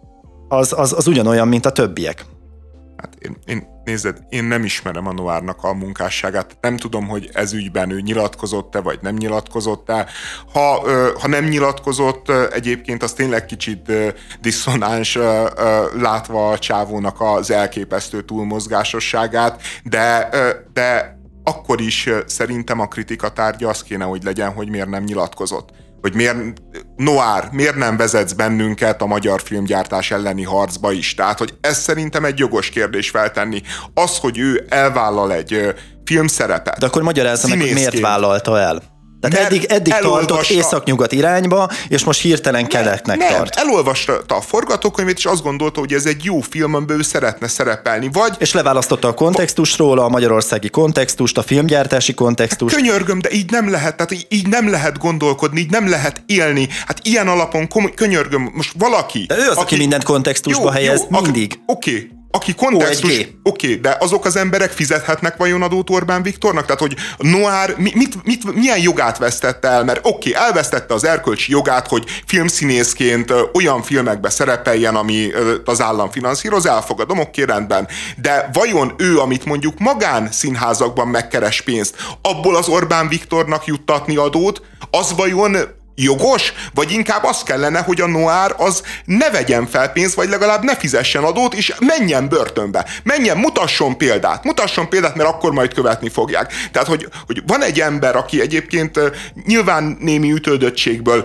az, az, az ugyanolyan, mint a többiek. Hát én, én, nézd, én nem ismerem a Noárnak a munkásságát, nem tudom, hogy ez ügyben ő nyilatkozott-e, vagy nem nyilatkozott-e. Ha, ha nem nyilatkozott, egyébként az tényleg kicsit diszonáns, látva a csávónak az elképesztő túlmozgásosságát, de, de akkor is szerintem a kritika tárgya az kéne, hogy legyen, hogy miért nem nyilatkozott. Hogy miért, Noár, miért nem vezetsz bennünket a magyar filmgyártás elleni harcba is? Tehát, hogy ez szerintem egy jogos kérdés feltenni. Az, hogy ő elvállal egy filmszerepet. De akkor magyarázza meg, hogy miért vállalta el. Tehát eddig, eddig tartott észak-nyugat irányba, és most hirtelen keletnek nem, tart. Nem, elolvasta a forgatókönyvét, és azt gondolta, hogy ez egy jó film, amiben ő szeretne szerepelni. Vagy... És leválasztotta a kontextusról, a magyarországi kontextust, a filmgyártási kontextust. Hát könyörgöm, de így nem lehet, tehát így nem lehet gondolkodni, így nem lehet élni. Hát ilyen alapon komoly, könyörgöm, most valaki... De ő az, aki, aki mindent kontextusba jó, helyez, jó, mindig. Oké. Okay. Aki kontextus, oké, okay, de azok az emberek fizethetnek vajon adót Orbán Viktornak? Tehát, hogy Noár mit, mit, mit, milyen jogát vesztette el? Mert oké, okay, elvesztette az erkölcsi jogát, hogy filmszínészként olyan filmekbe szerepeljen, ami az állam finanszíroz, elfogadom, oké, okay, rendben. De vajon ő, amit mondjuk magánszínházakban megkeres pénzt, abból az Orbán Viktornak juttatni adót, az vajon jogos? Vagy inkább az kellene, hogy a Noár az ne vegyen fel pénzt, vagy legalább ne fizessen adót, és menjen börtönbe. Menjen, mutasson példát. Mutasson példát, mert akkor majd követni fogják. Tehát, hogy, hogy van egy ember, aki egyébként nyilván némi ütődöttségből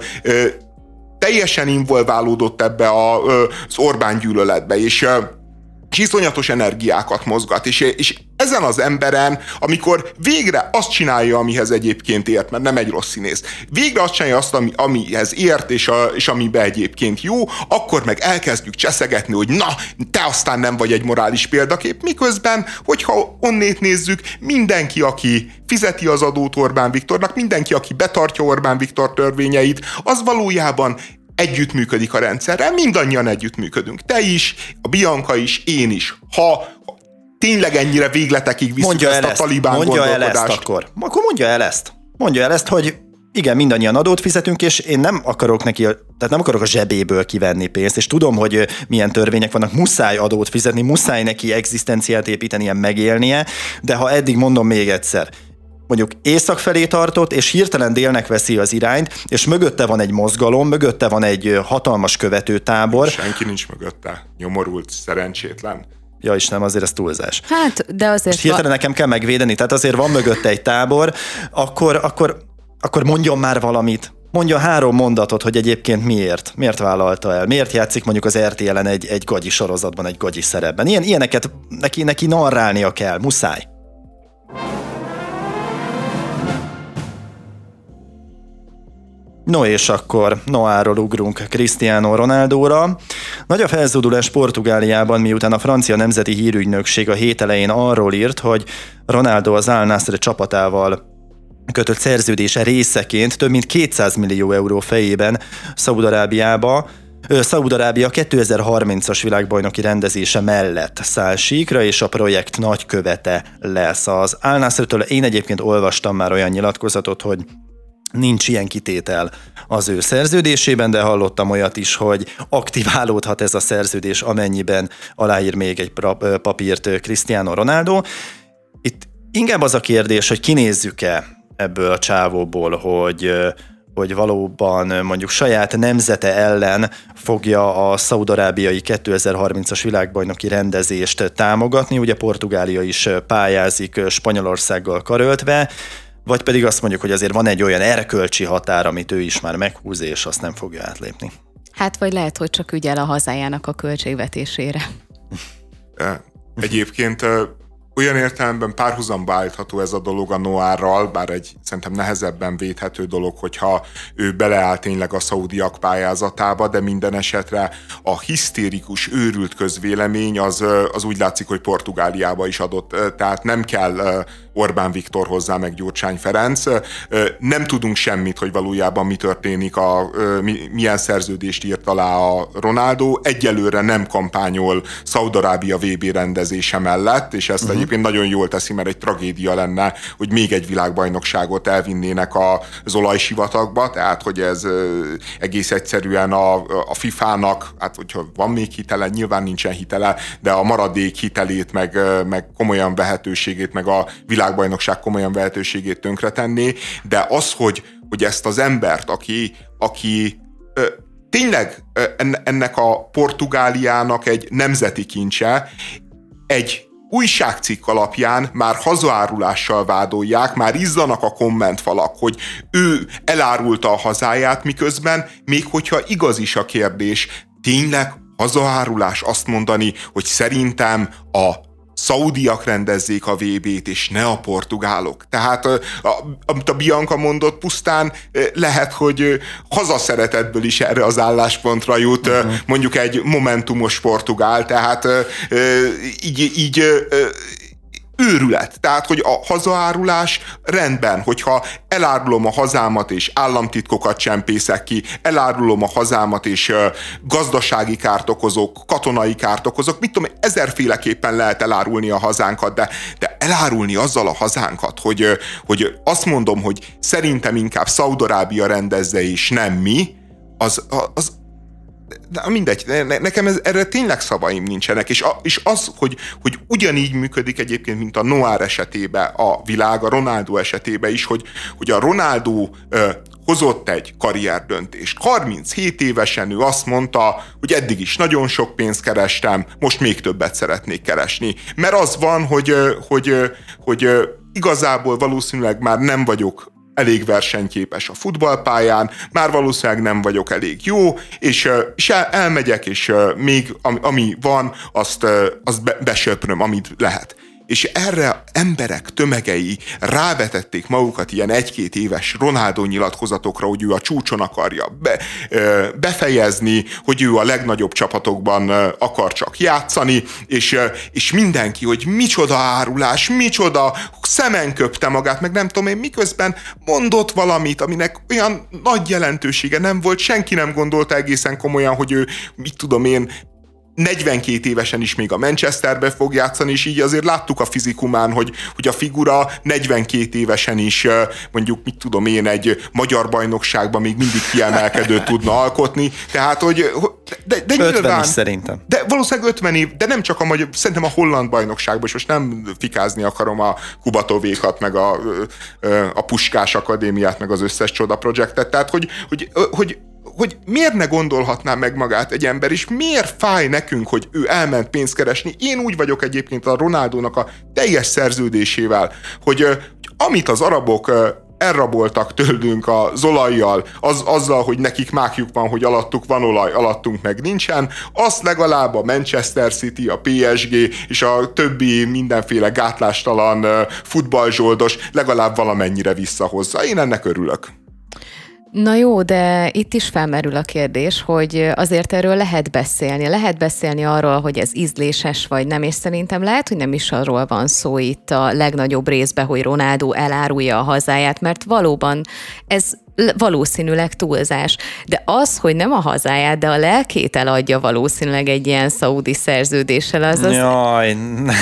teljesen involválódott ebbe a, az Orbán gyűlöletbe, és és iszonyatos energiákat mozgat, és, és ezen az emberen, amikor végre azt csinálja, amihez egyébként ért, mert nem egy rossz színész, végre azt csinálja azt, ami, amihez ért, és, a, és amiben egyébként jó, akkor meg elkezdjük cseszegetni, hogy na, te aztán nem vagy egy morális példakép, miközben, hogyha onnét nézzük, mindenki, aki fizeti az adót Orbán Viktornak, mindenki, aki betartja Orbán Viktor törvényeit, az valójában együttműködik a rendszerrel, mindannyian együttműködünk. Te is, a Bianca is, én is. Ha tényleg ennyire végletekig visszük ezt a talibán mondja gondolkodást. Mondja el ezt akkor. Akkor mondja el ezt. Mondja el ezt, hogy igen, mindannyian adót fizetünk, és én nem akarok neki, tehát nem akarok a zsebéből kivenni pénzt, és tudom, hogy milyen törvények vannak, muszáj adót fizetni, muszáj neki egzisztenciát építenie, megélnie, de ha eddig mondom még egyszer, mondjuk észak felé tartott, és hirtelen délnek veszi az irányt, és mögötte van egy mozgalom, mögötte van egy hatalmas követőtábor. Senki nincs mögötte. Nyomorult, szerencsétlen. Ja Istenem, azért ez túlzás. Hát, de azért... Most hirtelen nekem kell megvédeni, tehát azért van mögötte egy tábor, akkor, akkor, akkor mondjon már valamit. Mondja három mondatot, hogy egyébként miért, miért vállalta el, miért játszik mondjuk az er té el-en egy, egy gagyi sorozatban, egy gagyi szerepben. Ilyen, ilyeneket neki, neki narrálnia kell, muszáj. No és akkor Noáról ugrunk Cristiano Ronaldóra. Nagy a felzódulás Portugáliában, miután a francia nemzeti hírügynökség a hét elején arról írt, hogy Ronaldo az Al Nassr csapatával kötött szerződése részeként több mint kétszáz millió euró fejében Szaúd-Arábiába, Szaúd-Arábia kétezer-harmincas világbajnoki rendezése mellett száll síkra, és a projekt nagykövete lesz. Az Al Nassrtől én egyébként olvastam már olyan nyilatkozatot, hogy nincs ilyen kitétel az ő szerződésében, de hallottam olyat is, hogy aktiválódhat ez a szerződés, amennyiben aláír még egy papírt Cristiano Ronaldo. Itt inkább az a kérdés, hogy kinézzük-e ebből a csávóból, hogy, hogy valóban mondjuk saját nemzete ellen fogja a szaúd-arábiai kétezer-harmincas világbajnoki rendezést támogatni, ugye Portugália is pályázik Spanyolországgal karöltve, vagy pedig azt mondjuk, hogy azért van egy olyan erkölcsi határ, amit ő is már meghúz, és azt nem fogja átlépni. Hát vagy lehet, hogy csak ügyel a hazájának a költségvetésére. Egyébként olyan értelemben párhuzamba állítható ez a dolog a Noárral, bár egy szerintem nehezebben védhető dolog, hogyha ő beleáll tényleg a szaudiak pályázatába, de minden esetre a hisztérikus, őrült közvélemény az, az úgy látszik, hogy Portugáliába is adott. Tehát nem kell Orbán Viktor hozzá, meg Gyurcsány Ferenc. Nem tudunk semmit, hogy valójában mi történik, a, milyen szerződést írt alá a Ronaldo. Egyelőre nem kampányol Szaúd-Arábia vé bé rendezése mellett, és ezt uh-huh. egyébként nagyon jól teszi, mert egy tragédia lenne, hogy még egy világbajnokságot elvinnének az olajsivatagba, tehát hogy ez egész egyszerűen a, a fifának, hát hogyha van még hitele, nyilván nincsen hitele, de a maradék hitelét, meg, meg komolyan vehetőségét, meg a világbajnokság komolyan vehetőségét tönkretenné, de az, hogy, hogy ezt az embert, aki, aki ö, tényleg ö, ennek a Portugáliának egy nemzeti kincse, egy újságcikk alapján már hazaárulással vádolják, már izzanak a kommentfalak, hogy ő elárulta a hazáját, miközben még hogyha igaz is a kérdés, tényleg hazaárulás azt mondani, hogy szerintem a szaudiak rendezzék a vé bét, és ne a portugálok. Tehát, amit a Bianca mondott, pusztán lehet, hogy hazaszeretetből is erre az álláspontra jut uh-huh. mondjuk egy momentumos portugál, tehát így, így őrület. Tehát, hogy a hazaárulás rendben, hogyha elárulom a hazámat és államtitkokat csempészek ki, elárulom a hazámat és gazdasági kárt okozok, katonai kárt okozok, mit tudom, ezerféleképpen lehet elárulni a hazánkat, de, de elárulni azzal a hazánkat, hogy, hogy azt mondom, hogy szerintem inkább Szaúd-Arábia rendezze és nem mi, az, az de mindegy, nekem ez, erre tényleg szavaim nincsenek, és, a, és az, hogy, hogy ugyanígy működik egyébként, mint a Noár esetében a világ, a Ronaldo esetében is, hogy, hogy a Ronaldo ö, hozott egy karrierdöntést. harminchét évesen ő azt mondta, hogy eddig is nagyon sok pénzt kerestem, most még többet szeretnék keresni. Mert az van, hogy, hogy, hogy, hogy igazából valószínűleg már nem vagyok elég versenyképes a futballpályán, már valószínűleg nem vagyok elég jó, és, és elmegyek, és még ami, ami van, azt, azt be, besöpröm, amit lehet. És erre emberek tömegei rávetették magukat ilyen egy-két éves Ronaldo nyilatkozatokra, hogy ő a csúcson akarja be, befejezni, hogy ő a legnagyobb csapatokban akar csak játszani, és, és mindenki, hogy micsoda árulás, micsoda, szemen köpte magát, meg nem tudom én, miközben mondott valamit, aminek olyan nagy jelentősége nem volt, senki nem gondolta egészen komolyan, hogy ő, mit tudom én, negyvenkét évesen is még a Manchesterbe fog játszani, és így azért láttuk a fizikumán, hogy, hogy a figura negyvenkét évesen is mondjuk, mit tudom én, egy magyar bajnokságban még mindig kiemelkedőt tudna alkotni. Tehát, hogy de, de nyilván, is szerintem. De valószínűleg ötven év, de nem csak a magyar, szerintem a holland bajnokságban, és most nem fikázni akarom a Kubatovékat, meg a, a Puskás Akadémiát, meg az összes csoda projektet. Tehát, hogy, hogy, hogy hogy miért ne gondolhatná meg magát egy ember, és miért fáj nekünk, hogy ő elment pénzt keresni. Én úgy vagyok egyébként a Ronaldónak a teljes szerződésével, hogy, hogy amit az arabok elraboltak tőlünk az olajjal, az, azzal, hogy nekik mákjuk van, hogy alattuk van olaj, alattunk meg nincsen, azt legalább a Manchester City, a pé es gé és a többi mindenféle gátlástalan futballzsoldos legalább valamennyire visszahozza. Én ennek örülök. Na jó, de itt is felmerül a kérdés, hogy azért erről lehet beszélni. Lehet beszélni arról, hogy ez ízléses vagy nem, és szerintem lehet, hogy nem is arról van szó itt a legnagyobb részben, hogy Ronaldo elárulja a hazáját, mert valóban ez valószínűleg túlzás. De az, hogy nem a hazáját, de a lelkét eladja valószínűleg egy ilyen szaudi szerződéssel, az az... Jaj.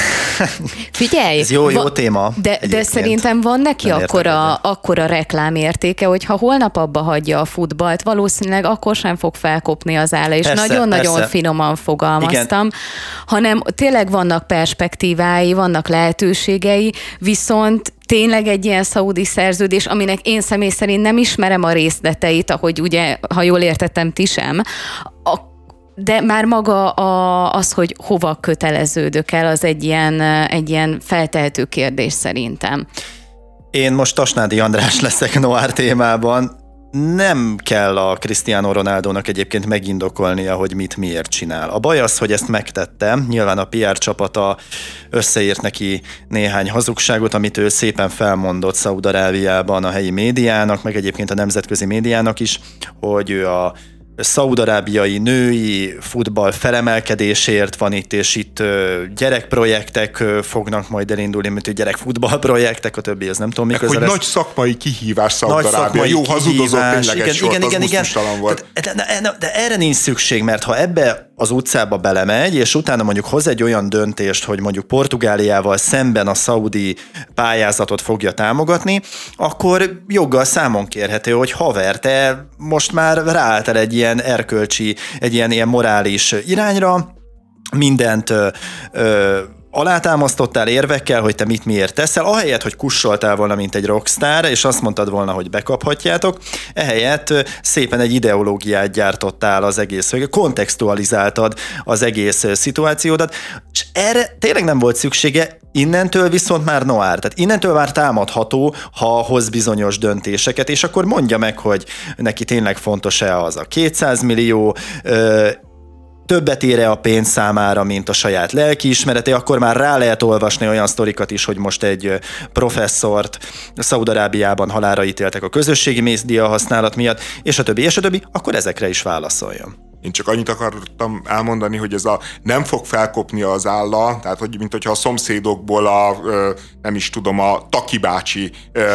Figyelj! Ez jó, jó va- téma. De, de szerintem van neki akkora, akkora reklámértéke, hogy ha holnap abba hagyja a futballt, valószínűleg akkor sem fog felkopni az álla, és persze, nagyon-nagyon persze. finoman fogalmaztam, igen. hanem tényleg vannak perspektívái, vannak lehetőségei, viszont tényleg egy ilyen szaudi szerződés, aminek én személy szerint nem ismerem a részleteit, ahogy ugye, ha jól értettem, ti sem, a, de már maga a, az, hogy hova köteleződök el, az egy ilyen, egy ilyen feltehető kérdés szerintem. Én most Tasnádi András leszek Noir témában. Nem kell a Cristiano Ronaldónak egyébként megindokolnia, hogy mit miért csinál. A baj az, hogy ezt megtette. Nyilván a pé er csapata összeírt neki néhány hazugságot, amit ő szépen felmondott Szaúd-Arábiában a helyi médiának, meg egyébként a nemzetközi médiának is, hogy ő a szaúd-arábiai női futball felemelkedésért van itt, és itt gyerekprojektek fognak majd elindulni, mint hogy gyerekfutballprojektek, a többi, az nem tudom, mikor hogy lesz. nagy szakmai kihívás Szaúd-Arábia. Jó, hazudozott tényleg egy sort, igen, az igen, gusztustalan volt. De, de, de, de erre nincs szükség, mert ha ebbe az utcába belemegy, és utána mondjuk hoz egy olyan döntést, hogy mondjuk Portugáliával szemben a szaudi pályázatot fogja támogatni, akkor joggal számon kérhető, hogy haver, te most már ráálltál egy ilyen erkölcsi, egy ilyen, ilyen morális irányra, mindent ö, ö, alátámasztottál érvekkel, hogy te mit miért teszel, ahelyett, hogy kussoltál volna, mint egy rockstar, és azt mondtad volna, hogy bekaphatjátok, ehelyett szépen egy ideológiát gyártottál az egész, kontextualizáltad az egész szituációdat, és erre tényleg nem volt szüksége, innentől viszont már noir, tehát innentől már támadható, ha hoz bizonyos döntéseket, és akkor mondja meg, hogy neki tényleg fontos-e az a kétszáz millió, ö, többet ér-e a pénz számára, mint a saját lelkiismerete, akkor már rá lehet olvasni olyan sztorikat is, hogy most egy professzort Szaúd-Arábiában halálra ítéltek a közösségi média használat miatt, és a többi, és a többi, akkor ezekre is válaszoljon. Én csak annyit akartam elmondani, hogy ez a nem fog felkopni az álla, tehát hogy mint hogyha a szomszédokból a, nem is tudom, a Taki bácsi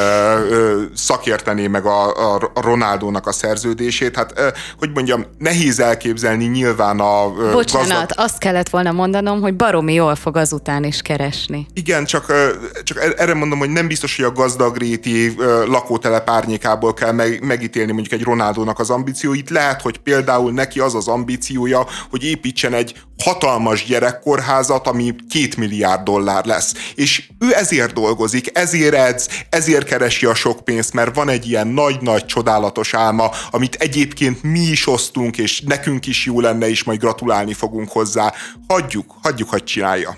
szakértené meg a, a Ronaldónak a szerződését. Hát, hogy mondjam, nehéz elképzelni nyilván a Bocsánat, gazdag... azt kellett volna mondanom, hogy baromi jól fog azután is keresni. Igen, csak, csak erre mondom, hogy nem biztos, hogy a gazdagréti lakótelep árnyékából kell megítélni mondjuk egy Ronaldónak az ambícióit. Lehet, hogy például neki az az ambíciója, hogy építsen egy hatalmas gyerekkorházat, ami két milliárd dollár lesz. És ő ezért dolgozik, ezért edz, ezért keresi a sok pénzt, mert van egy ilyen nagy-nagy csodálatos álma, amit egyébként mi is osztunk, és nekünk is jó lenne, és majd gratulálni fogunk hozzá. Hagyjuk, hagyjuk, hogy csinálja.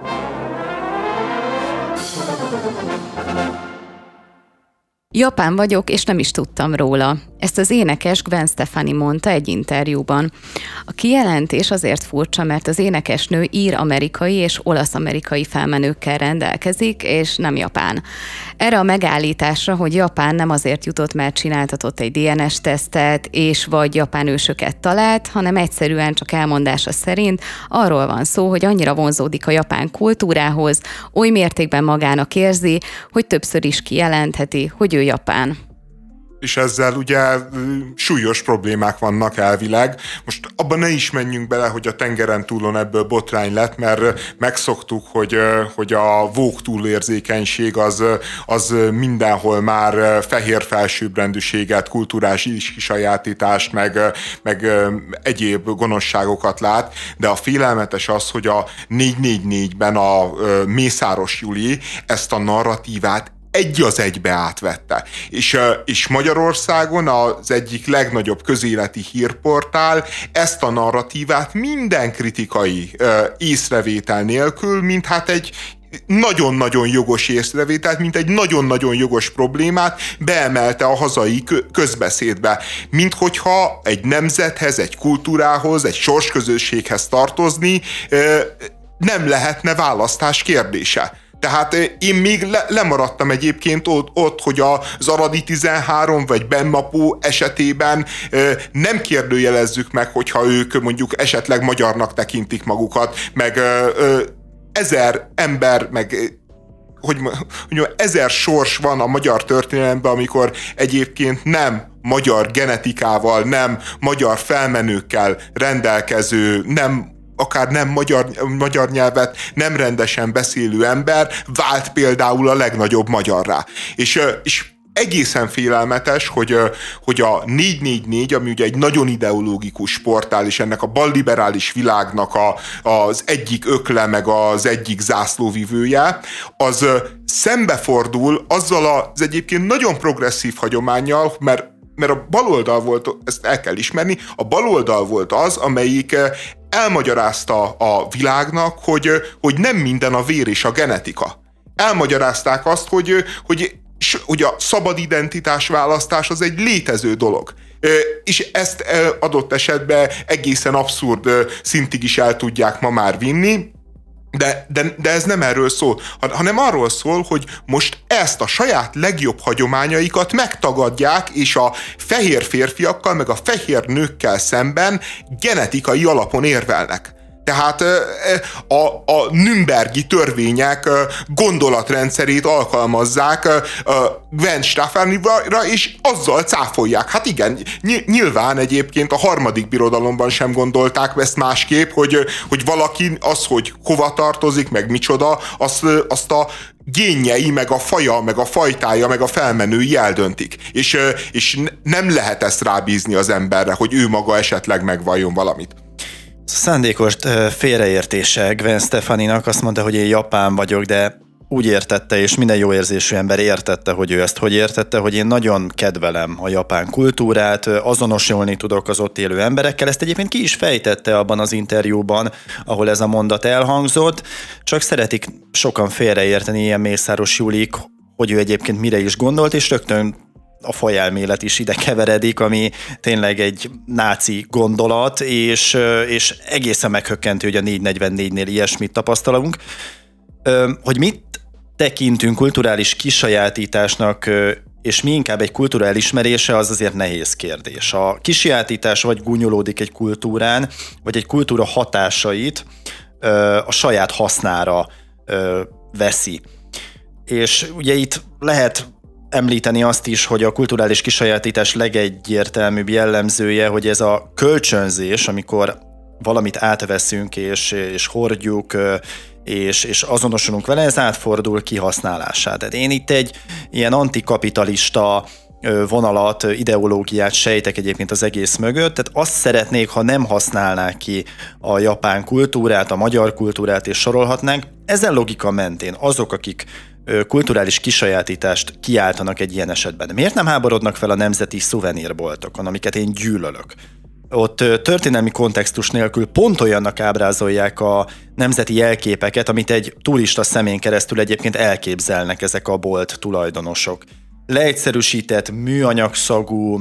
Japán vagyok, és nem is tudtam róla. Ezt az énekes Gwen Stefani mondta egy interjúban. A kijelentés azért furcsa, mert az énekesnő ír-amerikai és olasz-amerikai felmenőkkel rendelkezik, és nem japán. Erre a megállításra, hogy Japán nem azért jutott, mert csináltatott egy dé en es-tesztet, és vagy japán ősöket talált, hanem egyszerűen csak elmondása szerint arról van szó, hogy annyira vonzódik a japán kultúrához, oly mértékben magának érzi, hogy többször is kijelentheti, hogy ő japán. és ezzel ugye súlyos problémák vannak elvileg. Most abban ne is menjünk bele, hogy a tengeren túlon ebből botrány lett, mert megszoktuk, hogy, hogy a vók túlérzékenység az, az mindenhol már fehér felsőbbrendűséget, kulturális kisajátítást, meg, meg egyéb gonoszságokat lát, de a félelmetes az, hogy a négy négy négyben a Mészáros Juli ezt a narratívát egy az egybe átvette. És, és Magyarországon az egyik legnagyobb közéleti hírportál ezt a narratívát minden kritikai észrevétel nélkül, mint hát egy nagyon-nagyon jogos észrevételt, mint egy nagyon-nagyon jogos problémát beemelte a hazai közbeszédbe. Mint hogyha egy nemzethez, egy kultúrához, egy sorsközösséghez tartozni nem lehetne választás kérdése. Tehát én még le, lemaradtam egyébként ott, ott, hogy az Aradi tizenhárom vagy Benmapó esetében nem kérdőjelezzük meg, hogyha ők mondjuk esetleg magyarnak tekintik magukat, meg ezer ember, meg hogy mondjam, ezer sors van a magyar történelemben, amikor egyébként nem magyar genetikával, nem magyar felmenőkkel rendelkező, nem akár nem magyar, magyar nyelvet nem rendesen beszélő ember vált például a legnagyobb magyarrá. És, és egészen félelmetes, hogy, hogy a négy négy négy, ami ugye egy nagyon ideológikus portál, és ennek a balliberális világnak a, az egyik ökle, meg az egyik zászlóvivője, az szembefordul azzal az egyébként nagyon progresszív hagyománnyal, mert mert a baloldal volt, ezt el kell ismerni, a baloldal volt az, amelyik elmagyarázta a világnak, hogy, hogy nem minden a vér és a genetika. Elmagyarázták azt, hogy, hogy, hogy a szabad identitás választás az egy létező dolog. És ezt adott esetben egészen abszurd szintig is el tudják ma már vinni, De, de, de ez nem erről szól, hanem arról szól, hogy most ezt a saját legjobb hagyományaikat megtagadják, és a fehér férfiakkal, meg a fehér nőkkel szemben genetikai alapon érvelnek. Tehát a, a nürnbergi törvények gondolatrendszerét alkalmazzák Gwen Stefánira, és azzal cáfolják. Hát igen, nyilván egyébként a harmadik birodalomban sem gondolták ezt másképp, hogy, hogy valaki az, hogy hova tartozik, meg micsoda, azt, azt a génjei, meg a faja, meg a fajtája, meg a felmenői eldöntik. És, és nem lehet ezt rábízni az emberre, hogy ő maga esetleg megvalljon valamit. Szándékos félreértése Gwen Stefaninak, azt mondta, hogy én japán vagyok, de úgy értette, és minden jó érzésű ember értette, hogy ő ezt hogy értette, hogy én nagyon kedvelem a japán kultúrát, azonosulni tudok az ott élő emberekkel. Ezt egyébként ki is fejtette abban az interjúban, ahol ez a mondat elhangzott, csak szeretik sokan félreérteni ilyen Mészáros Julik, hogy ő egyébként mire is gondolt, és rögtön a fajelmélet is ide keveredik, ami tényleg egy náci gondolat, és, és egészen meghökkentő, hogy a négy negyvennégynél ilyesmit tapasztalunk. Hogy mit tekintünk kulturális kisajátításnak, és mi inkább egy kultúra elismerése, az azért nehéz kérdés. A kisajátítás vagy gúnyolódik egy kultúrán, vagy egy kultúra hatásait a saját hasznára veszi. És ugye itt lehet említeni azt is, hogy a kulturális kisajátítás legegyértelműbb jellemzője, hogy ez a kölcsönzés, amikor valamit átveszünk és, és hordjuk, és, és azonosulunk vele, ez átfordul kihasználását. Tehát én itt egy ilyen antikapitalista vonalat, ideológiát sejtek egyébként az egész mögött, tehát azt szeretnék, ha nem használnák ki a japán kultúrát, a magyar kultúrát, és sorolhatnánk. Ezen logika mentén azok, akik kulturális kisajátítást kiáltanak egy ilyen esetben. Miért nem háborodnak fel a nemzeti szuvenírboltokon, amiket én gyűlölök? Ott történelmi kontextus nélkül pont olyannak ábrázolják a nemzeti jelképeket, amit egy turista szemén keresztül egyébként elképzelnek ezek a bolt tulajdonosok. Leegyszerűsített, műanyagszagú,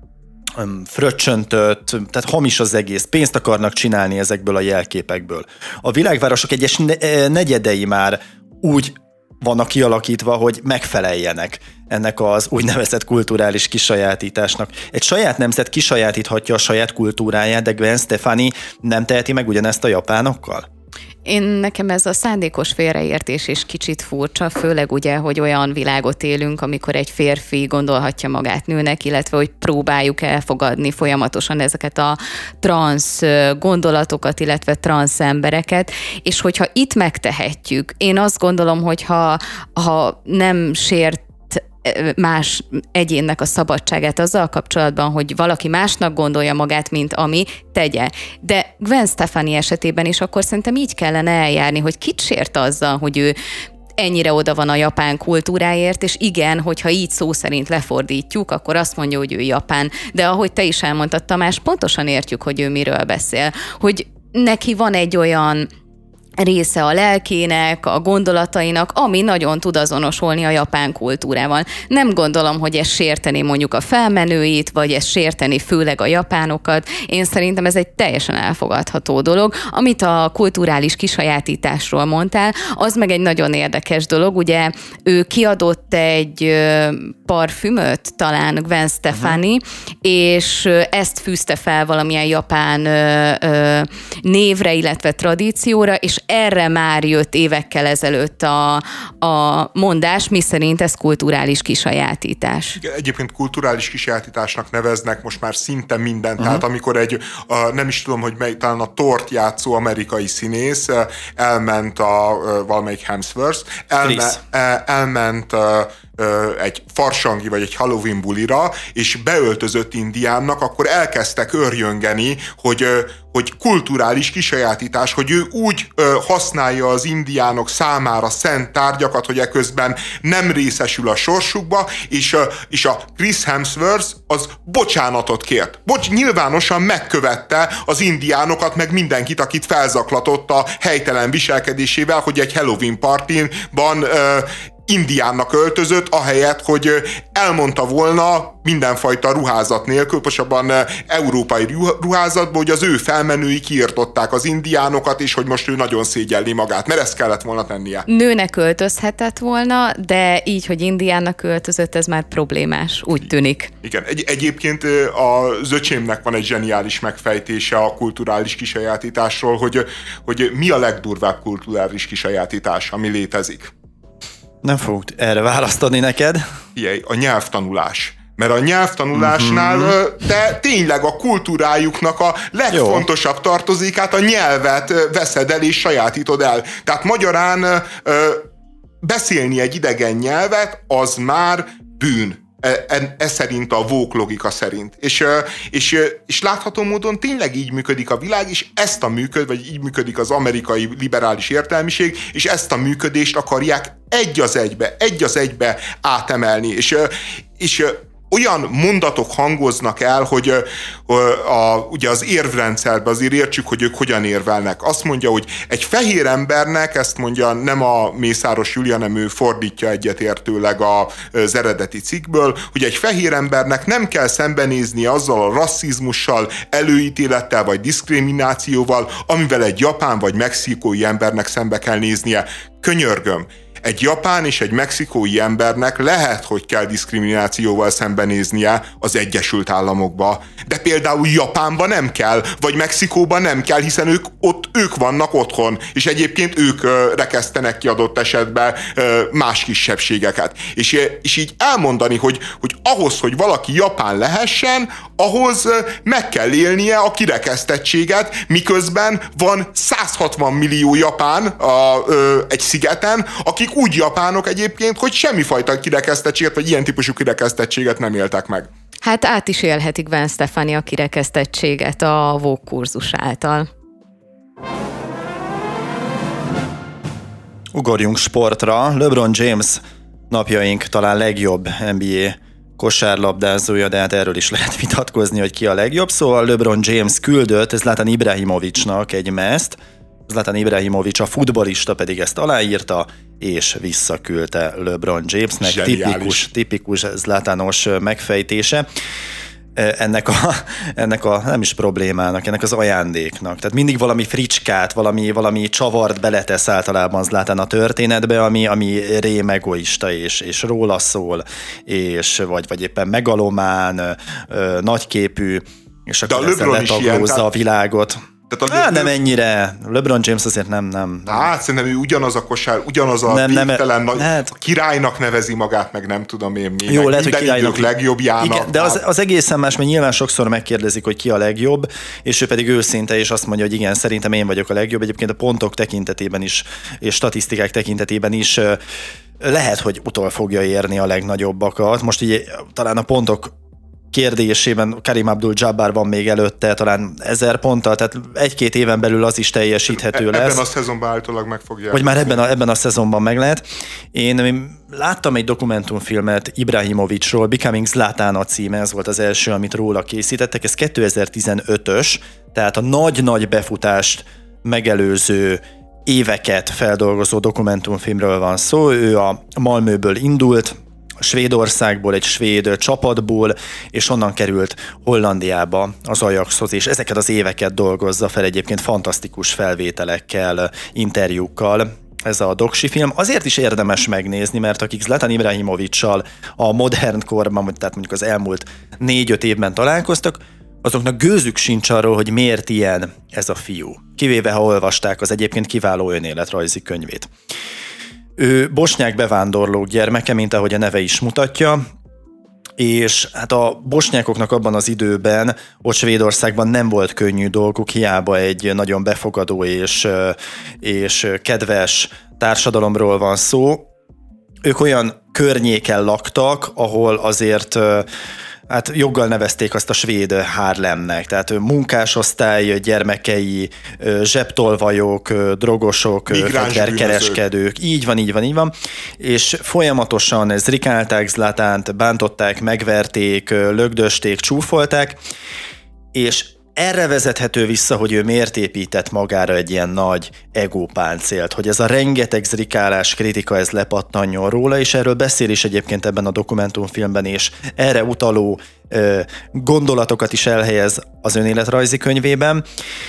fröccsöntött, tehát hamis az egész, pénzt akarnak csinálni ezekből a jelképekből. A világvárosok egyes negyedei már úgy vannak kialakítva, hogy megfeleljenek ennek az úgynevezett kulturális kisajátításnak. Egy saját nemzet kisajátíthatja a saját kultúráját, de Gwen Stefani nem teheti meg ugyanezt a japánokkal? Én nekem ez a szándékos félreértés is kicsit furcsa, főleg ugye, hogy olyan világot élünk, amikor egy férfi gondolhatja magát nőnek, illetve hogy próbáljuk elfogadni folyamatosan ezeket a transz gondolatokat, illetve transz embereket, és hogyha itt megtehetjük, én azt gondolom, hogy ha, ha nem sért más egyénnek a szabadságát azzal kapcsolatban, hogy valaki másnak gondolja magát, mint ami, tegye. De Gwen Stefani esetében is akkor szerintem így kellene eljárni, hogy kit sért azzal, hogy ő ennyire oda van a japán kultúráért, és igen, hogyha így szó szerint lefordítjuk, akkor azt mondja, hogy ő japán. De ahogy te is elmondtad, Tamás, pontosan értjük, hogy ő miről beszél. Hogy neki van egy olyan része a lelkének, a gondolatainak, ami nagyon tud azonosulni a japán kultúrával. Nem gondolom, hogy ez sérteni mondjuk a felmenőit, vagy ez sérteni főleg a japánokat. Én szerintem ez egy teljesen elfogadható dolog. Amit a kulturális kisajátításról mondtál, az meg egy nagyon érdekes dolog. Ugye ő kiadott egy parfümöt, talán Gwen Stefani, uh-huh. és ezt fűzte fel valamilyen japán névre, illetve tradícióra, és erre már jött évekkel ezelőtt a, a mondás, miszerint ez kulturális kisajátítás. Egyébként kulturális kisajátításnak neveznek most már szinte mindent. Uh-huh. Tehát amikor egy, a, nem is tudom, hogy mely, talán a Tort játszó amerikai színész elment a valamelyik Hemsworth, elme, el, elment a, egy farsangi vagy egy Halloween bulira, és beöltözött indiánnak, akkor elkezdtek örjöngeni, hogy, hogy kulturális kisajátítás, hogy ő úgy használja az indiánok számára szent tárgyakat, hogy eközben nem részesül a sorsukba, és, és a Chris Hemsworth az bocsánatot kért. Bocs, nyilvánosan megkövette az indiánokat, meg mindenkit, akit felzaklatott a helytelen viselkedésével, hogy egy Halloween partinban indiánnak öltözött, ahelyett, hogy elmondta volna mindenfajta ruházat nélkül, pontosabban európai ruházatból, hogy az ő felmenői kiirtották az indiánokat, és hogy most ő nagyon szégyelli magát, mert ezt kellett volna tennie. Nőnek öltözhetett volna, de így, hogy indiánnak öltözött, ez már problémás, úgy tűnik. Igen, egy, egyébként az öcsémnek van egy zseniális megfejtése a kulturális kisajátításról, hogy, hogy mi a legdurvább kulturális kisajátítás, ami létezik. Nem fogok erre választani neked. Figyelj, a nyelvtanulás. Mert a nyelvtanulásnál mm-hmm. te tényleg a kultúrájuknak a legfontosabb Jó. tartozékát, a nyelvet veszed el és sajátítod el. Tehát magyarán beszélni egy idegen nyelvet, az már bűn. E, ez szerint a woke logika szerint. És, és, és látható módon tényleg így működik a világ, és ezt a működ, vagy így működik az amerikai liberális értelmiség, és ezt a működést akarják egy az egybe, egy az egybe átemelni. És, és olyan mondatok hangoznak el, hogy a, ugye az érvrendszerben azért értsük, hogy ők hogyan érvelnek. Azt mondja, hogy egy fehér embernek, ezt mondja nem a Mészáros Júlia, hanem ő fordítja egyetértőleg az eredeti cikkből, hogy egy fehér embernek nem kell szembenézni azzal a rasszizmussal, előítélettel vagy diszkriminációval, amivel egy japán vagy mexikói embernek szembe kell néznie. Könyörgöm. Egy japán és egy mexikói embernek lehet, hogy kell diszkriminációval szembenéznie az Egyesült Államokba. De például Japánban nem kell, vagy Mexikóban nem kell, hiszen ők ott ők vannak otthon, és egyébként ők ö, rekesztenek ki adott esetben ö, más kisebbségeket. És, és így elmondani, hogy, hogy ahhoz, hogy valaki japán lehessen, ahhoz ö, meg kell élnie a kirekesztettséget, miközben van száz hatvan millió japán a, ö, egy szigeten, akik úgy japánok egyébként, hogy semmifajta kirekesztettséget, vagy ilyen típusú kirekesztettséget nem éltek meg. Hát át is élhetik Gwen Stefani a kirekesztettséget a woke kurzus által. Ugorjunk sportra. LeBron James napjaink talán legjobb en bé á kosárlabdázója, de hát erről is lehet vitatkozni, hogy ki a legjobb. Szóval LeBron James küldött Zlatan Ibrahimovićnak egy mezt, Zlatan Ibrahimović, a futballista pedig ezt aláírta, és visszaküldte LeBron Jamesnek. Tipikus, tipikus Zlatanos megfejtése. Ennek a, ennek a, nem is problémának, ennek az ajándéknak. Tehát mindig valami fricskát, valami, valami csavart beletesz általában Zlatan a történetbe, ami, ami rém egoista, és, és róla szól, és vagy, vagy éppen megalomán, nagyképű, és akkor ezzel letaglózza a világot. Tehát a Há, nem ennyire. LeBron James azért nem, nem. nem. Hát szerintem ő ugyanaz a kosár, ugyanaz a nem, végtelen, nem, nagy, hát, királynak nevezi magát, meg nem tudom én mi. Jó, lehet, hogy királynak legjobbjának. Igen, de az, az egészen más, mert nyilván sokszor megkérdezik, hogy ki a legjobb, és ő pedig őszinte, és azt mondja, hogy igen, szerintem én vagyok a legjobb. Egyébként a pontok tekintetében is, és statisztikák tekintetében is lehet, hogy utol fogja érni a legnagyobbakat. Most így talán a pontok kérdésében Karim Abdul-Jabbar van még előtte, talán ezer ponttal, tehát egy-két éven belül az is teljesíthető e- lesz. Ebben a szezonban általában meg fogják. Vagy már ebben a, ebben a szezonban meg lehet. Én láttam egy dokumentumfilmet Ibrahimovicsról, Becoming Zlatan a címe, ez volt az első, amit róla készítettek, ez kétezer-tizenötös, tehát a nagy-nagy befutást megelőző éveket feldolgozó dokumentumfilmről van szó. Ő a Malmöből indult, Svédországból, egy svéd csapatból, és onnan került Hollandiába az Ajaxhoz, és ezeket az éveket dolgozza fel egyébként fantasztikus felvételekkel, interjúkkal. Ez a doksi film. Azért is érdemes megnézni, mert akik Zlatan Ibrahimovicsal a modern korban, tehát mondjuk az elmúlt négy-öt évben találkoztak, azoknak gőzük sincs arról, hogy miért ilyen ez a fiú. Kivéve, ha olvasták az egyébként kiváló önéletrajzi könyvét. Ő bosnyák bevándorlók gyermeke, mint ahogy a neve is mutatja, és hát a bosnyákoknak abban az időben, ott Svédországban nem volt könnyű dolguk, hiába egy nagyon befogadó és, és kedves társadalomról van szó. Ők olyan környéken laktak, ahol azért hát joggal nevezték azt a svéd Harlemnek, tehát munkásosztály, gyermekei, zsebtolvajok, drogosok, fegyverkereskedők, így van, így van, így van, és folyamatosan zrikálták Zlatánt, bántották, megverték, lögdösték, csúfolták, és erre vezethető vissza, hogy ő miért épített magára egy ilyen nagy egópáncélt, hogy ez a rengeteg zrikálás, kritika, ez lepattanjon róla, és erről beszél is egyébként ebben a dokumentumfilmben, és erre utaló ö, gondolatokat is elhelyez az önéletrajzi könyvében.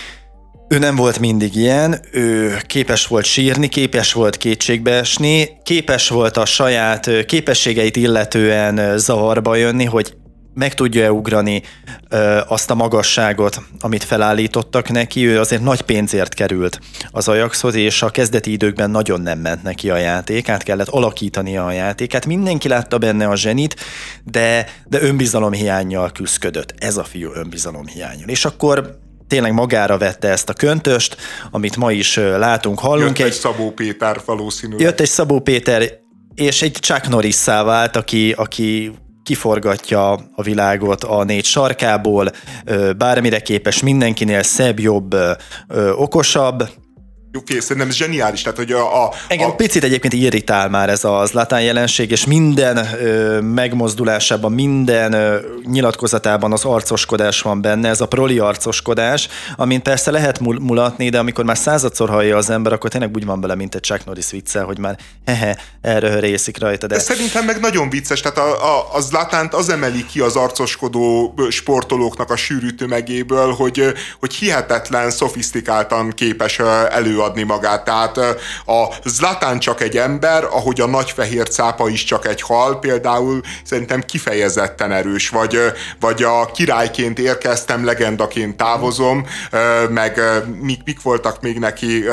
Ő nem volt mindig ilyen, ő képes volt sírni, képes volt kétségbeesni, képes volt a saját képességeit illetően zavarba jönni, hogy meg tudja-e ugrani ö, azt a magasságot, amit felállítottak neki. Ő azért nagy pénzért került az Ajaxhoz, és a kezdeti időkben nagyon nem ment neki a játék, át kellett alakítania a játékát. Mindenki látta benne a zsenit, de, de önbizalomhiánnyal küszködött. Ez a fiú önbizalomhiánnyal. És akkor tényleg magára vette ezt a köntöst, amit ma is látunk, hallunk. Jött egy Szabó Péter valószínűleg. Jött egy Szabó Péter, és egy Chuck Norrisszá vált, aki, aki kiforgatja a világot a négy sarkából, bármire képes, mindenkinél szebb, jobb, okosabb. Oké, szerintem ez zseniális. Tehát, hogy a, a, Engem a... picit egyébként irritál már ez a Zlatan jelenség, és minden ö, megmozdulásában, minden ö, nyilatkozatában az arcoskodás van benne, ez a proli arcoskodás, amin persze lehet mulatni, de amikor már századszor hallja az ember, akkor tényleg úgy van bele, mint egy Chuck Norris viccel, hogy már hehe, erre részik rajta. De... de szerintem meg nagyon vicces, tehát a, a, a Zlatánt az emeli ki az arcoskodó sportolóknak a sűrű tömegéből, hogy, hogy hihetetlen, szofisztikáltan képes elő adni magát. Tehát a Zlatán csak egy ember, ahogy a nagy fehér cápa is csak egy hal, például szerintem kifejezetten erős, vagy, vagy a királyként érkeztem, legendaként távozom, meg mik, mik voltak még neki,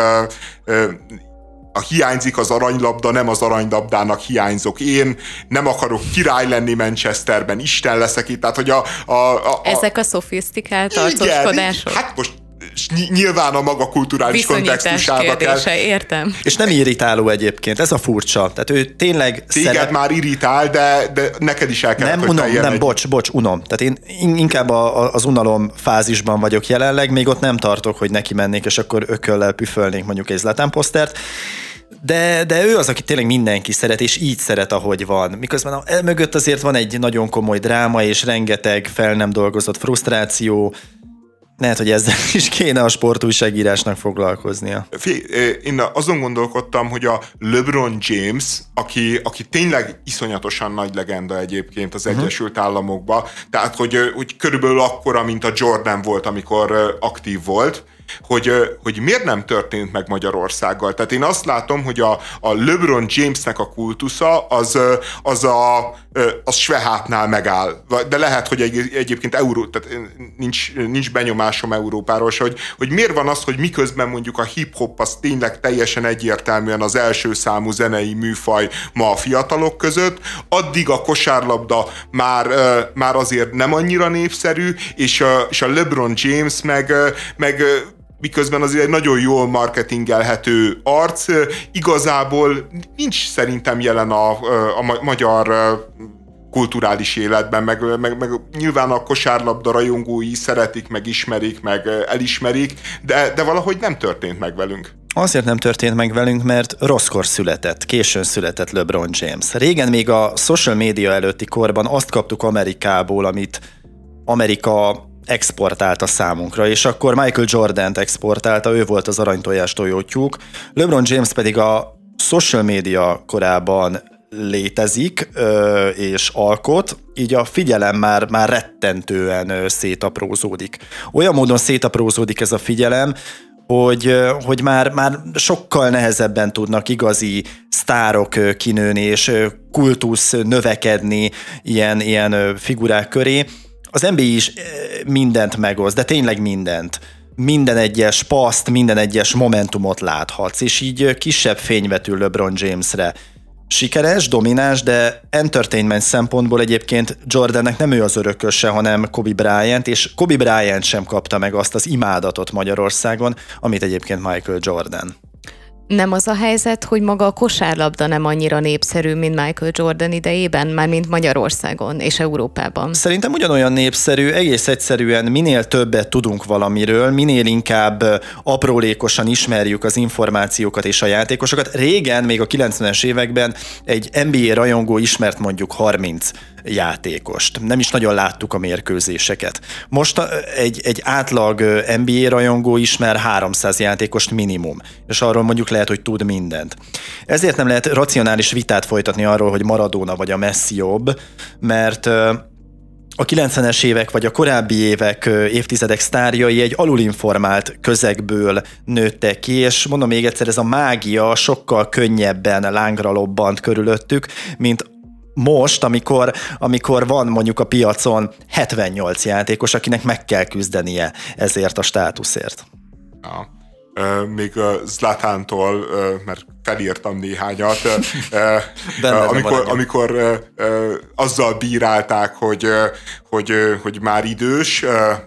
a hiányzik az aranylabda, nem az aranylabdának hiányzok én, nem akarok király lenni Manchesterben, Isten leszek itt, tehát hogy a... a, a, a ezek a szofisztikált arcoskodások? Hát most nyilván a maga kulturális kontextusába kell. Értem. És nem irritáló egyébként, ez a furcsa. Tehát ő tényleg Téged szeret... már irritál, de, de neked is el kell, nem hogy unom, nem, egy... bocs, bocs, unom. Tehát én inkább a, a, az unalom fázisban vagyok jelenleg, még ott nem tartok, hogy neki mennék, és akkor ököllel püfölnék mondjuk egy Zlatan posztert. De, de ő az, aki tényleg mindenki szeret, és így szeret, ahogy van. Miközben mögött azért van egy nagyon komoly dráma, és rengeteg fel nem dolgozott frusztráció. Lehet, hogy ezzel is kéne a sportújságírásnak foglalkoznia. Fé, én azon gondolkodtam, hogy a LeBron James, aki, aki tényleg iszonyatosan nagy legenda egyébként az uh-huh. Egyesült Államokban, tehát hogy, hogy körülbelül akkora, mint a Jordan volt, amikor aktív volt, hogy, hogy miért nem történt meg Magyarországgal. Tehát én azt látom, hogy a, a LeBron Jamesnek a kultusza az, az, a, az Svehátnál megáll. De lehet, hogy egy, egyébként Euró, tehát nincs, nincs benyomásom Európáról, hogy, hogy miért van az, hogy miközben mondjuk a hip-hop az tényleg teljesen egyértelműen az első számú zenei műfaj ma a fiatalok között, addig a kosárlabda már, már azért nem annyira népszerű, és a, és a LeBron James meg, meg miközben azért egy nagyon jól marketingelhető arc, igazából nincs szerintem jelen a, a magyar kulturális életben, meg, meg, meg nyilván a kosárlabda rajongói szeretik, meg ismerik, meg elismerik, de, de valahogy nem történt meg velünk. Azért nem történt meg velünk, mert rosszkor született, későn született LeBron James. Régen még a social media előtti korban azt kaptuk Amerikából, amit Amerika exportálta számunkra, és akkor Michael Jordant exportálta, ő volt az aranytojás tojótyúk, LeBron James pedig a social media korában létezik és alkot, így a figyelem már, már rettentően szétaprózódik. Olyan módon szétaprózódik ez a figyelem, hogy, hogy már, már sokkal nehezebben tudnak igazi sztárok kinőni, és kultusz növekedni ilyen, ilyen figurák köré. Az en bé á is mindent megoszt, de tényleg mindent. Minden egyes paszt, minden egyes momentumot láthatsz, és így kisebb fény vetül LeBron Jamesre. Sikeres, domináns, de entertainment szempontból egyébként Jordannek nem ő az örököse, hanem Kobe Bryant, és Kobe Bryant sem kapta meg azt az imádatot Magyarországon, amit egyébként Michael Jordan. Nem az a helyzet, hogy maga a kosárlabda nem annyira népszerű, mint Michael Jordan idejében, már mint Magyarországon és Európában? Szerintem ugyanolyan népszerű, egész egyszerűen minél többet tudunk valamiről, minél inkább aprólékosan ismerjük az információkat és a játékosokat. Régen, még a kilencvenes években egy en bé á rajongó ismert mondjuk harminc játékost. Nem is nagyon láttuk a mérkőzéseket. Most egy, egy átlag en bé á rajongó ismer háromszáz játékost minimum, és arról mondjuk lehet, hogy tud mindent. Ezért nem lehet racionális vitát folytatni arról, hogy Maradona vagy a Messi jobb, mert a kilencvenes évek vagy a korábbi évek, évtizedek sztárjai egy alulinformált közegből nőttek ki, és mondom még egyszer, ez a mágia sokkal könnyebben lángra lobbant körülöttük, mint most, amikor, amikor van mondjuk a piacon hetvennyolc játékos, akinek meg kell küzdenie ezért a státuszért. Ja. Még Zlatántól, mert felírtam néhányat, amikor, amikor azzal bírálták, hogy, hogy, hogy már idős,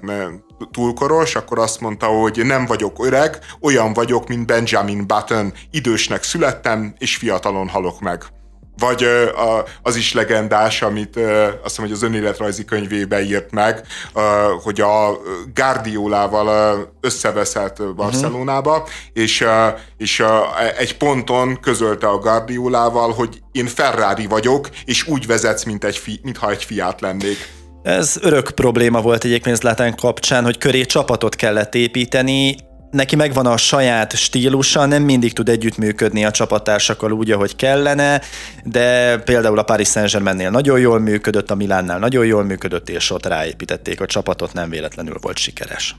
túlkoros, akkor azt mondta, hogy nem vagyok öreg, olyan vagyok, mint Benjamin Button, idősnek születtem, és fiatalon halok meg. Vagy az is legendás, amit azt hiszem, hogy az önéletrajzi könyvébe írt meg, hogy a Guardiolával összeveszett Barcelonába, uh-huh. és, és egy ponton közölte a Guardiolával, hogy én Ferrari vagyok, és úgy vezetsz, mint egy fi, mintha egy Fiat lennék. Ez örök probléma volt egyébként Zlatan kapcsán, hogy köré csapatot kellett építeni. Neki megvan a saját stílusa, nem mindig tud együttműködni a csapattársakkal úgy, ahogy kellene, de például a Paris Saint-Germainnél nagyon jól működött, a Milánnál nagyon jól működött, és ott ráépítették a csapatot, nem véletlenül volt sikeres.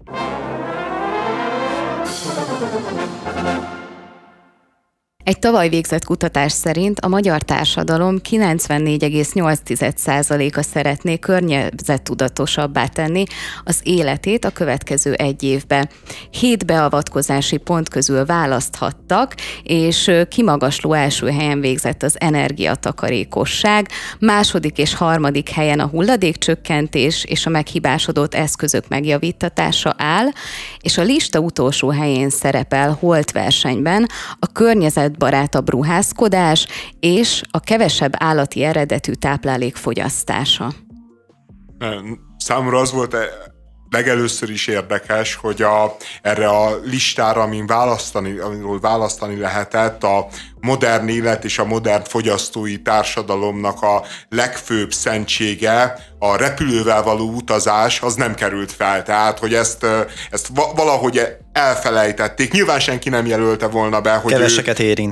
Egy tavaly végzett kutatás szerint a magyar társadalom kilencvennégy egész nyolc százaléka szeretné környezettudatosabbá tenni az életét a következő egy évben. Hét beavatkozási pont közül választhattak, és kimagasló első helyen végzett az energiatakarékosság, második és harmadik helyen a hulladékcsökkentés és a meghibásodott eszközök megjavítatása áll, és a lista utolsó helyén szerepel holt versenyben a környezet barátabb ruházkodás és a kevesebb állati eredetű táplálék fogyasztása. Számomra az volt legelőször is érdekes, hogy a, erre a listára, amin választani, amiről választani lehetett, a modern élet és a modern fogyasztói társadalomnak a legfőbb szentsége, a repülővel való utazás, az nem került fel. Tehát, hogy ezt, ezt valahogy elfelejtették. Nyilván senki nem jelölte volna be, hogy keveseket ő... érint.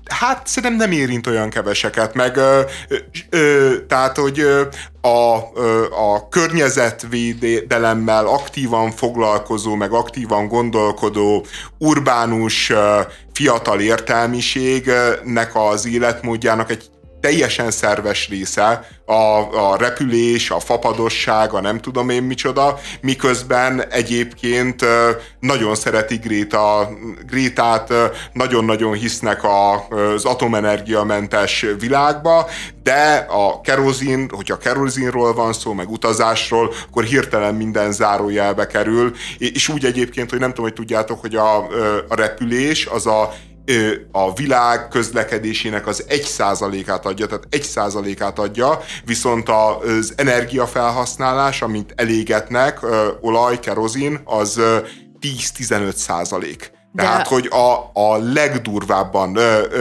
hát szerintem nem érint olyan keveseket, meg ö, ö, tehát, hogy ö, a, ö, a környezetvédelemmel aktívan foglalkozó, meg aktívan gondolkodó urbánus ö, fiatal értelmiségnek az életmódjának egy teljesen szerves része a, a repülés, a fapadosság, a nem tudom én micsoda, miközben egyébként nagyon szeretik Gréta, Grétát, nagyon-nagyon hisznek az atomenergiamentes világba, de a kerozin, hogyha kerozinról van szó, meg utazásról, akkor hirtelen minden zárójelbe kerül, és úgy egyébként, hogy nem tudom, hogy tudjátok, hogy a, a repülés az a a világ közlekedésének az egy százalékát adja, tehát egy százalékát adja, viszont az energiafelhasználás, amit elégetnek, olaj, kerozin, az tíz-tizenöt százalék. Tehát, hogy a, a legdurvábban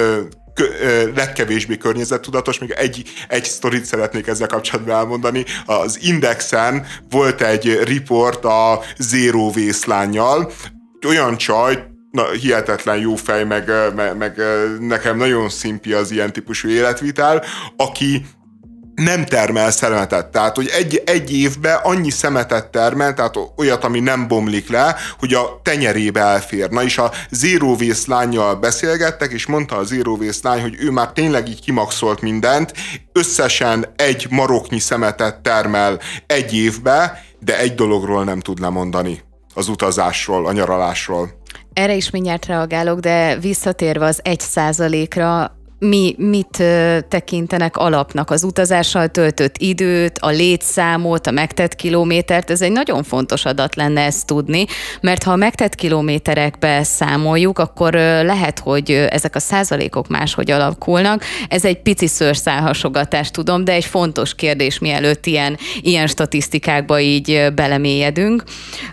legkevésbé környezettudatos, még egy, egy sztorit szeretnék ezzel kapcsolatban elmondani. Az Indexen volt egy riport a Zero Waste lánnyal, olyan csaj, na, hihetetlen jó fej, meg, meg, meg nekem nagyon szimpi az ilyen típusú életvitel, aki nem termel szemetet. Tehát, hogy egy, egy évben annyi szemetet termel, tehát olyat, ami nem bomlik le, hogy a tenyerébe elfér. Na és a Zero Waste lánnyal beszélgettek, és mondta a Zero Waste lány, hogy ő már tényleg így kimaxolt mindent, összesen egy maroknyi szemetet termel egy évbe, de egy dologról nem tud lemondani. Az utazásról, a nyaralásról. Erre is mindjárt reagálok, de visszatérve az egy százalékra, mi mit tekintenek alapnak? Az utazással töltött időt, a létszámot, a megtett kilométert, ez egy nagyon fontos adat lenne ezt tudni, mert ha a megtett kilométerekbe számoljuk, akkor lehet, hogy ezek a százalékok máshogy alakulnak. Ez egy pici szőrszálhasogatás, tudom, de egy fontos kérdés, mielőtt ilyen, ilyen statisztikákba így belemélyedünk.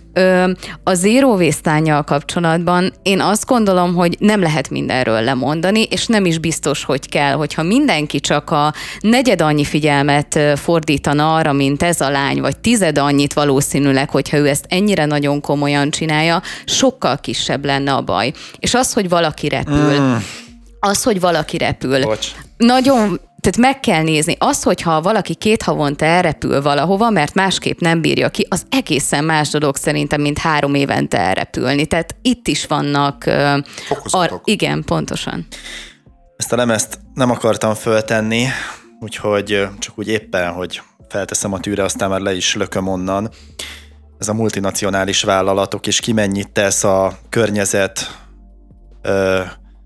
A Zero Waste-lánnyal kapcsolatban én azt gondolom, hogy nem lehet mindenről lemondani, és nem is biztos, hogy kell, hogyha mindenki csak a negyed annyi figyelmet fordítana arra, mint ez a lány, vagy tized annyit valószínűleg, hogyha ő ezt ennyire nagyon komolyan csinálja, sokkal kisebb lenne a baj. És az, hogy valaki repül, mm. az, hogy valaki repül, Bocs. nagyon... Tehát meg kell nézni. Az, hogyha valaki két havonta elrepül valahova, mert másképp nem bírja ki, az egészen más dolog szerintem, mint három évente elrepülni. Tehát itt is vannak... Fokozatok. Ar- igen, pontosan. Ezt a lemezt nem akartam föltenni, úgyhogy csak úgy éppen, hogy felteszem a tűre, aztán már le is lököm onnan. Ez a multinacionális vállalatok, és ki mennyit tesz a környezet ö,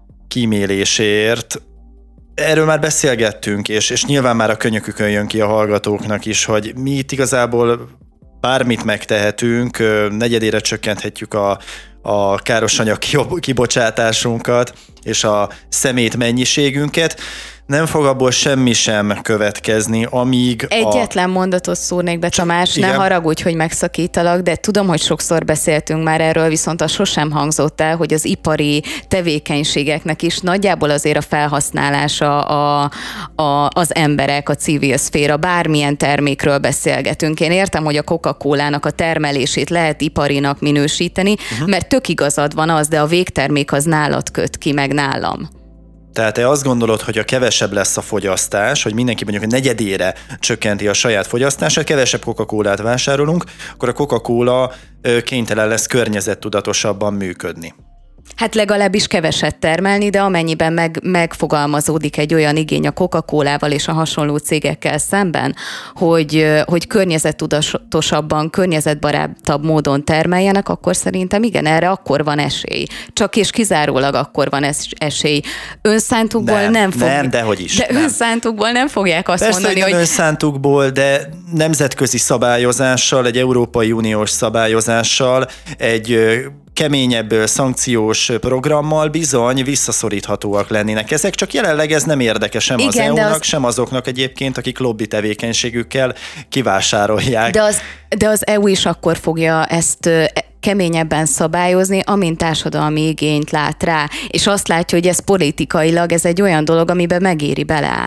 kíméléséért. Erről már beszélgettünk, és, és nyilván már a könyökükön jön ki a hallgatóknak is, hogy mi itt igazából bármit megtehetünk, negyedére csökkenthetjük a, a károsanyag kibocsátásunkat és a szemét mennyiségünket. Nem fog abból semmi sem következni, amíg Egyetlen a... mondatot szúrnék be, Tamás, Igen. ne haragudj, hogy megszakítalak, de tudom, hogy sokszor beszéltünk már erről, viszont az sosem hangzott el, hogy az ipari tevékenységeknek is nagyjából azért a felhasználása a, a, az emberek, a civil szféra, bármilyen termékről beszélgetünk. Én értem, hogy a Coca-Colának a termelését lehet iparinak minősíteni, uh-huh. mert tök igazad van az, de a végtermék az nálad köt ki, meg nálam. Tehát te azt gondolod, hogy a kevesebb lesz a fogyasztás, hogy mindenki mondjuk a negyedére csökkenti a saját fogyasztását, kevesebb Coca-Colát vásárolunk, akkor a Coca-Cola kénytelen lesz környezettudatosabban működni. Hát legalábbis keveset termelni, de amennyiben meg, megfogalmazódik egy olyan igény a Coca-Colával és a hasonló cégekkel szemben, hogy, hogy környezettudatosabban, környezetbarátabb módon termeljenek, akkor szerintem igen, erre akkor van esély. Csak és kizárólag akkor van esély. Önszántukból nem, nem fog... Nem, dehogy is. De nem. önszántukból nem fogják azt Persze, mondani, hogy... hogy... önszántukból, de nemzetközi szabályozással, egy Európai Uniós szabályozással, egy keményebb szankciós programmal bizony visszaszoríthatóak lennének. Ezek csak jelenleg ez nem érdekes sem az é u-nak, az... sem azoknak egyébként, akik lobby tevékenységükkel kivásárolják. De az, de az é u is akkor fogja ezt keményebben szabályozni, amint társadalmi igényt lát rá, és azt látja, hogy ez politikailag ez egy olyan dolog, amiben megéri beleállni.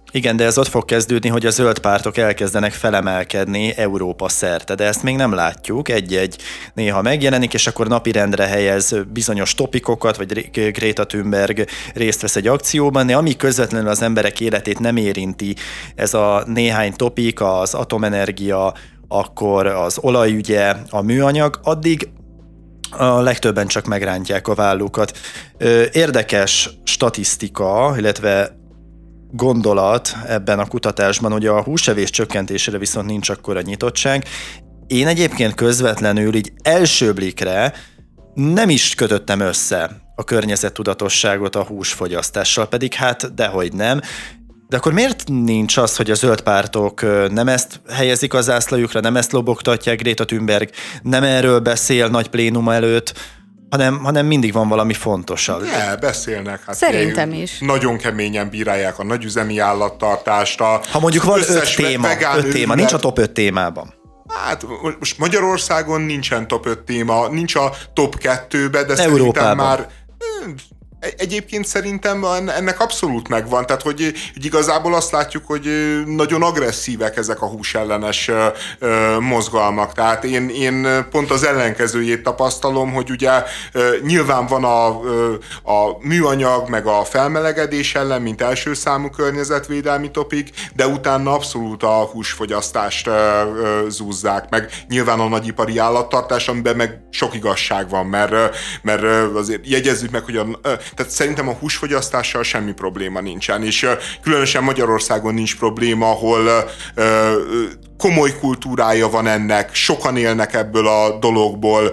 Igen, de ez ott fog kezdődni, hogy a zöld pártok elkezdenek felemelkedni Európa szerte, de ezt még nem látjuk, egy-egy néha megjelenik, és akkor napirendre helyez bizonyos topikokat, vagy Greta Thunberg részt vesz egy akcióban, de ami közvetlenül az emberek életét nem érinti, ez a néhány topik, az atomenergia, akkor az olajügye, a műanyag, addig a legtöbben csak megrántják a vállukat. Érdekes statisztika, illetve gondolat ebben a kutatásban, hogy a húsevés csökkentésére viszont nincs akkora nyitottság. Én egyébként közvetlenül így első blikre nem is kötöttem össze a környezettudatosságot a húsfogyasztással, pedig hát dehogy nem. De akkor miért nincs az, hogy a zöld pártok nem ezt helyezik a zászlajukra, nem ezt lobogtatják, Greta Thunberg nem erről beszél nagy plénuma előtt, hanem, hanem mindig van valami fontosabb. Ne, beszélnek. Hát szerintem is. Nagyon keményen bírálják a nagyüzemi állattartást. A ha mondjuk van öt téma, öt téma, nincs a top öt témában. Hát most Magyarországon nincsen top öt téma, nincs a top kettőbe, de Európában. Szerintem már... Egyébként szerintem ennek abszolút megvan, tehát hogy, hogy igazából azt látjuk, hogy nagyon agresszívek ezek a húsellenes mozgalmak, tehát én, én pont az ellenkezőjét tapasztalom, hogy ugye nyilván van a, a műanyag, meg a felmelegedés ellen, mint első számú környezetvédelmi topik, de utána abszolút a húsfogyasztást zúzzák, meg nyilván a nagyipari állattartás, amiben meg sok igazság van, mert, mert azért jegyezzük meg, hogy a tehát szerintem a húsfogyasztással semmi probléma nincsen, és különösen Magyarországon nincs probléma, ahol komoly kultúrája van ennek, sokan élnek ebből a dologból,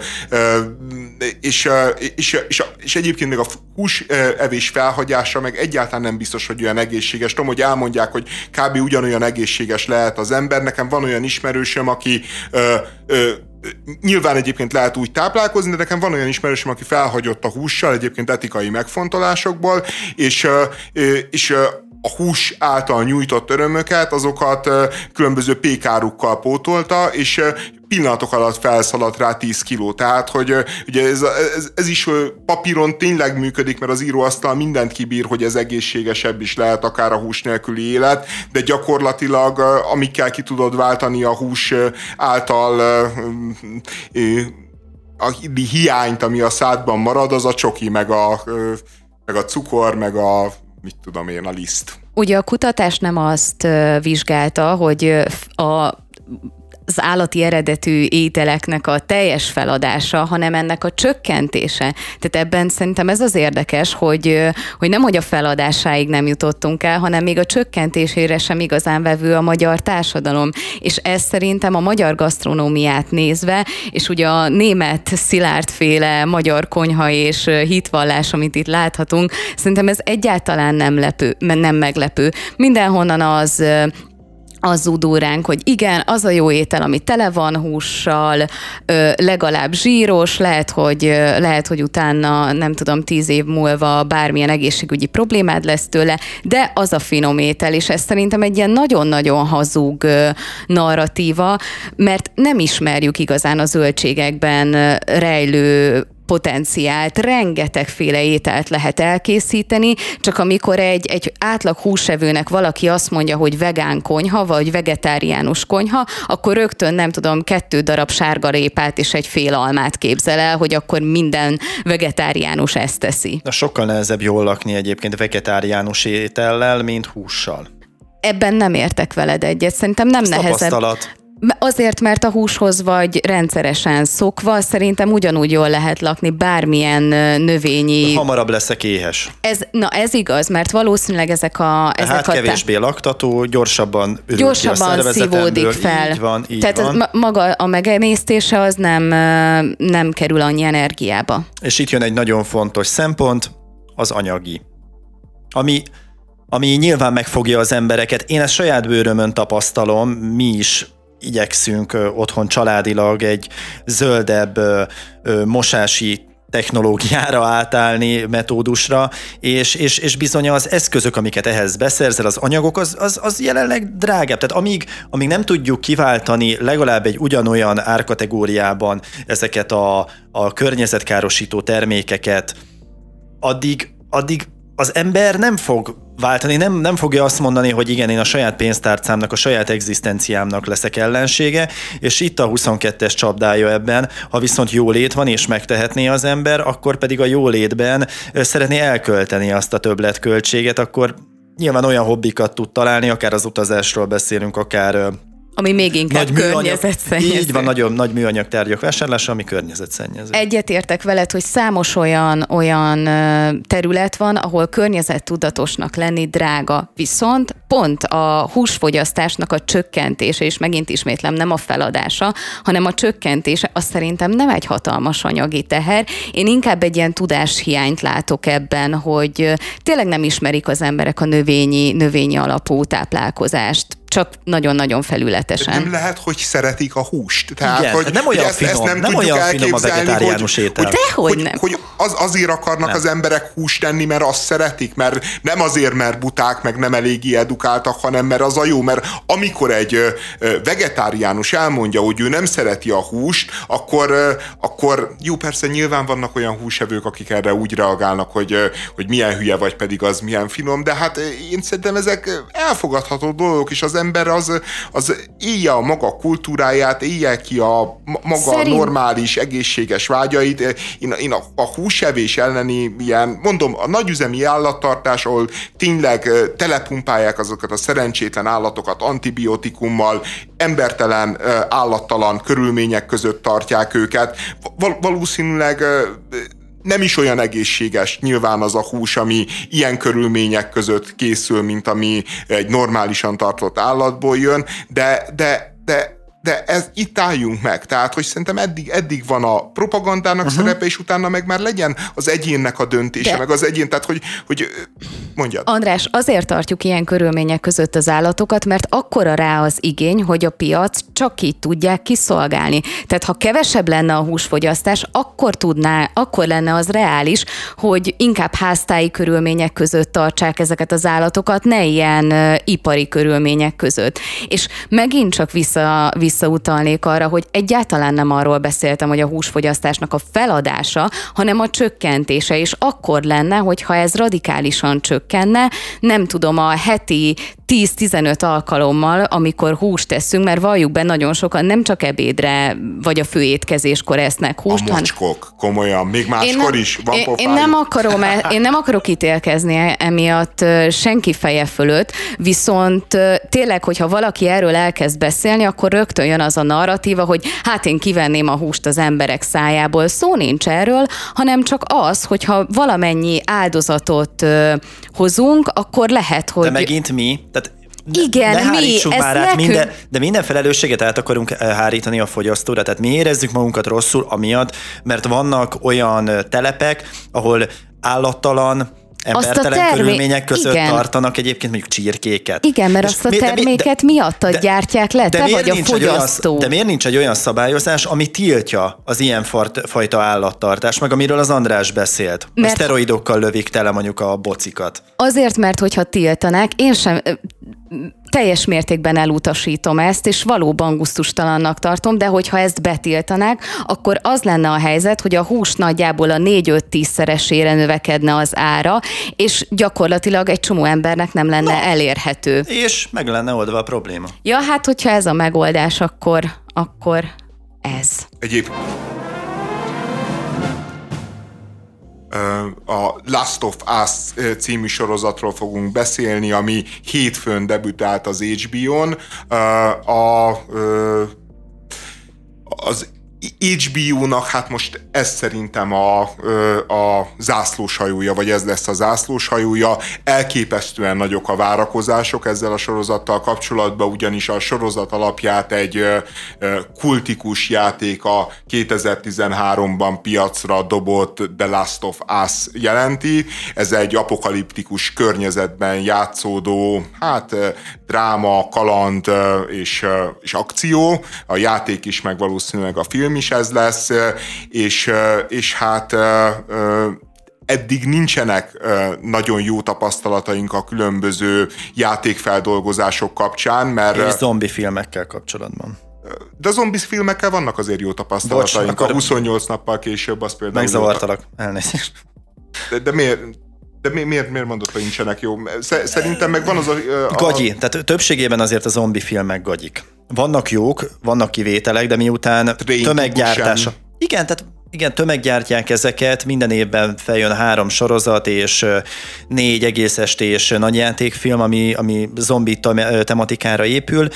és, és, és, és egyébként még a húsevés felhagyása meg egyáltalán nem biztos, hogy olyan egészséges. Tudom, hogy elmondják, hogy kb. Ugyanolyan egészséges lehet az ember. Nekem van olyan ismerősöm, aki ö, ö, nyilván egyébként lehet úgy táplálkozni, de nekem van olyan ismerősöm, aki felhagyott a hússal, egyébként etikai megfontolásokból, és, és a hús által nyújtott örömöket, azokat különböző pékárukkal pótolta, és pillanatok alatt felszaladt rá tíz kiló. Tehát, hogy ugye ez, ez, ez is papíron tényleg működik, mert az íróasztal mindent kibír, hogy ez egészségesebb is lehet, akár a hús nélküli élet, de gyakorlatilag amikkel ki tudod váltani a hús által a hiányt, ami a szádban marad, az a csoki, meg a, meg a cukor, meg a mit tudom én, a liszt. Ugye a kutatás nem azt vizsgálta, hogy a az állati eredetű ételeknek a teljes feladása, hanem ennek a csökkentése. Tehát ebben szerintem ez az érdekes, hogy, hogy nem, hogy a feladásáig nem jutottunk el, hanem még a csökkentésére sem igazán vevő a magyar társadalom. És ez szerintem a magyar gasztronómiát nézve, és ugye a német Szilárdféle magyar konyha és hitvallás, amit itt láthatunk, szerintem ez egyáltalán nem, lepő, nem meglepő. Mindenhonnan az az zúdul ránk, hogy igen, az a jó étel, ami tele van hússal, legalább zsíros, lehet, hogy, lehet, hogy utána, nem tudom, tíz év múlva bármilyen egészségügyi problémád lesz tőle, de az a finom étel, és ez szerintem egy ilyen nagyon-nagyon hazug narratíva, mert nem ismerjük igazán a zöldségekben rejlő potenciált, rengetegféle ételt lehet elkészíteni, csak amikor egy, egy átlag húsevőnek valaki azt mondja, hogy vegán konyha, vagy vegetáriánus konyha, akkor rögtön nem tudom, kettő darab sárgarépát és egy fél almát képzel el, hogy akkor minden vegetáriánus ezt teszi. Na, sokkal nehezebb jól lakni egyébként vegetáriánus étellel, mint hússal. Ebben nem értek veled egyet, szerintem nem Ez nehezebb. Tapasztalat. Azért, mert a húshoz vagy rendszeresen szokva, szerintem ugyanúgy jól lehet lakni bármilyen növényi... Hamarabb leszek éhes. Ez, na ez igaz, mert valószínűleg ezek a... Ezek hát a kevésbé te... laktató, gyorsabban ürül Gyorsabban ki a szívódik fel. Így van, így Tehát van. Ez, maga a megemésztése az nem, nem kerül annyi energiába. És itt jön egy nagyon fontos szempont, az anyagi. Ami... ami nyilván megfogja az embereket. Én ezt saját bőrömön tapasztalom, mi is igyekszünk ö, otthon családilag egy zöldebb ö, ö, mosási technológiára átállni, metódusra, és, és, és bizony az eszközök, amiket ehhez beszerzel, az anyagok, az, az, az jelenleg drágább. Tehát amíg, amíg nem tudjuk kiváltani legalább egy ugyanolyan árkategóriában ezeket a, a környezetkárosító termékeket, addig, addig az ember nem fog váltani, nem, nem fogja azt mondani, hogy igen, én a saját pénztárcámnak, a saját egzisztenciámnak leszek ellensége, és itt a huszonkettes csapdája ebben, ha viszont jólét van és megtehetné az ember, akkor pedig a jólétben szeretné elkölteni azt a többletköltséget, akkor nyilván olyan hobbikat tud találni, akár az utazásról beszélünk, akár ami még inkább környezetszennyező. Így van, nagyon nagy műanyag tárgyak vásárlása, ami környezetszennyező. Egyetértek veled, hogy számos olyan, olyan terület van, ahol környezettudatosnak lenni drága. Viszont pont a húsfogyasztásnak a csökkentése, és megint ismétlem, nem a feladása, hanem a csökkentése, az szerintem nem egy hatalmas anyagi teher. Én inkább egy ilyen tudáshiányt látok ebben, hogy tényleg nem ismerik az emberek a növényi, növényi alapú táplálkozást. Csak nagyon-nagyon felületesen. Nem lehet, hogy szeretik a húst. Tehát, igen, hogy, nem olyan hogy ezt, finom, ezt nem, nem tudjuk olyan finom a vegetáriánus hogy, étel. Hogy, Dehogy hogy, nem. hogy az, azért akarnak nem. az emberek húst tenni, mert azt szeretik, mert nem azért, mert buták, meg nem eléggé edukáltak, hanem mert az a jó, mert amikor egy vegetáriánus elmondja, hogy ő nem szereti a húst, akkor, akkor jó, persze nyilván vannak olyan húsevők, akik erre úgy reagálnak, hogy, hogy milyen hülye vagy, pedig az milyen finom, de hát én szerintem ezek elfogadható dolgok, és az ember az, az élje a maga kultúráját, élje ki a maga Szerint... normális, egészséges vágyait. Én, én a, a húsevés elleni ilyen, mondom, a nagyüzemi állattartás, ahol tényleg telepumpálják azokat a szerencsétlen állatokat antibiotikummal, embertelen, állattalan körülmények között tartják őket. Val- valószínűleg nem is olyan egészséges nyilván az a hús, ami ilyen körülmények között készül, mint ami egy normálisan tartott állatból jön, de, de, de de ez, itt álljunk meg. Tehát, hogy szerintem eddig, eddig van a propagandának uh-huh. szerepe, és utána meg már legyen az egyénnek a döntése, de... meg az egyén, tehát, hogy, hogy mondjad. András, azért tartjuk ilyen körülmények között az állatokat, mert akkora rá az igény, hogy a piac csak így tudják kiszolgálni. Tehát, ha kevesebb lenne a húsfogyasztás, akkor tudná, akkor lenne az reális, hogy inkább háztáji körülmények között tartsák ezeket az állatokat, ne ilyen uh, ipari körülmények között. És megint csak vissza, visszautalnék arra, hogy egyáltalán nem arról beszéltem, hogy a húsfogyasztásnak a feladása, hanem a csökkentése, és akkor lenne, hogyha ez radikálisan csökkenne, nem tudom, a heti tíz-tizenöt alkalommal, amikor húst teszünk, mert valljuk be, nagyon sokan nem csak ebédre, vagy a főétkezéskor esznek húst. A mocskok, komolyan, még máskor nem, is van én, pofájuk. Én nem, akarom, én nem akarok ítélkezni emiatt senki feje fölött, viszont tényleg, hogyha valaki erről elkezd beszélni, akkor rögtön jön az a narratíva, hogy hát én kivenném a húst az emberek szájából. Szó nincs erről, hanem csak az, hogyha valamennyi áldozatot hozunk, akkor lehet, hogy... De megint mi? Tehát igen, ne mi, ez már át nekünk... minden, de minden felelősséget át akarunk hárítani a fogyasztóra, tehát mi érezzük magunkat rosszul amiatt, mert vannak olyan telepek, ahol állattalan, embertelen termé... körülmények között igen. tartanak egyébként mondjuk csirkéket. Igen, mert és azt a mi, terméket mi, de, miattad de, gyártják le, te vagy a fogyasztó. Olyan, de miért nincs egy olyan szabályozás, ami tiltja az ilyen fajta állattartást, meg amiről az András beszélt. Mert... A szteroidokkal lövik tele mondjuk a bocikat. Azért, mert hogyha tiltanák, én sem... teljes mértékben elutasítom ezt, és valóban gusztustalannak tartom, de hogyha ezt betiltanák, akkor az lenne a helyzet, hogy a hús nagyjából a négy-öt-tízszeresére növekedne az ára, és gyakorlatilag egy csomó embernek nem lenne no. elérhető. És meg lenne oldva a probléma. Ja, hát hogyha ez a megoldás, akkor, akkor ez. Egyéb a Last of Us című sorozatról fogunk beszélni, ami hétfőn debütált az há bé ó-n. A, az há bé ó-nak hát most ez szerintem a, a zászlóshajója, vagy ez lesz a zászlóshajója. Elképesztően nagyok a várakozások ezzel a sorozattal kapcsolatban, ugyanis a sorozat alapját egy kultikus játék a kétezer-tizenháromban piacra dobott The Last of Us jelenti. Ez egy apokaliptikus környezetben játszódó, hát dráma, kaland és, és akció. A játék is, meg valószínűleg a film is ez lesz, és, és hát eddig nincsenek nagyon jó tapasztalataink a különböző játékfeldolgozások kapcsán, mert... És zombi filmekkel kapcsolatban. De a zombi filmekkel vannak azért jó tapasztalataink. Bocs, a huszonnyolc nappal később az például... Megzavartalak, elnézést. De, de miért... De mi, miért, miért mondod, hogy nincsenek jó? Szerintem meg van az a... a... Gagyi, tehát többségében azért a zombi filmek gagyik. Vannak jók, vannak kivételek, de miután tömeggyártása... Igen, tehát igen, tömeggyártják ezeket, minden évben feljön három sorozat és négy egész estés nagyjátékfilm, ami, ami zombi tematikára épül,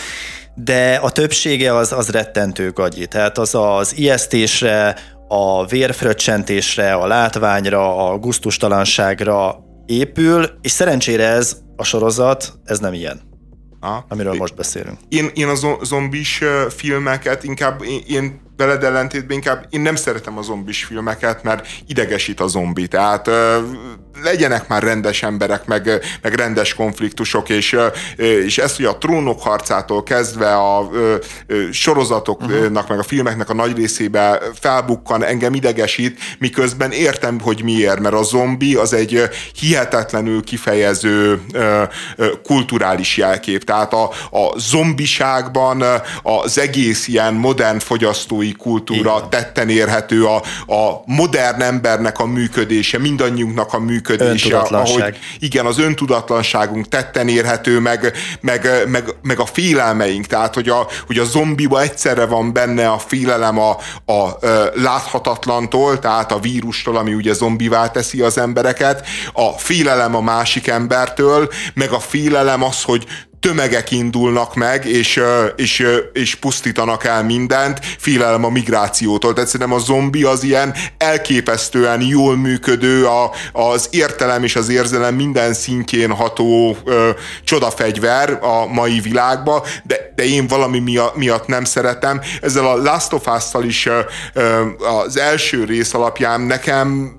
de a többsége az, az rettentő gagyi. Tehát az az ijesztésre, a vérfröccsentésre, a látványra, a gusztustalanságra épül, és szerencsére ez a sorozat, ez nem ilyen. Aha. Amiről most beszélünk. Én, én a zombis filmeket inkább, én, én veled ellentétben inkább én nem szeretem a zombis filmeket, mert idegesít a zombi. Tehát ö, legyenek már rendes emberek, meg, meg rendes konfliktusok, és, ö, és ezt, hogy a Trónok harcától kezdve a ö, ö, sorozatoknak, uh-huh. meg a filmeknek a nagy részébe felbukkan, engem idegesít, miközben értem, hogy miért, mert a zombi az egy hihetetlenül kifejező ö, ö, kulturális jelkép. Tehát a, a zombiságban az egész ilyen modern fogyasztói kultúra igen. tetten érhető, a, a modern embernek a működése, mindannyiunknak a működése, ahogy igen, az öntudatlanságunk tetten érhető, meg, meg, meg, meg a félelmeink, tehát hogy a, hogy a zombiba egyszerre van benne a félelem a, a, a láthatatlantól, tehát a vírustól, ami ugye zombivá teszi az embereket, a félelem a másik embertől, meg a félelem az, hogy tömegek indulnak meg, és, és, és pusztítanak el mindent, félelem a migrációtól. Tehát szerintem a zombi az ilyen elképesztően jól működő, a, az értelem és az érzelem minden szintjén ható ö, csodafegyver a mai világban, de, de én valami miatt nem szeretem. Ezzel a Last of Us-szal is ö, ö, az első rész alapján nekem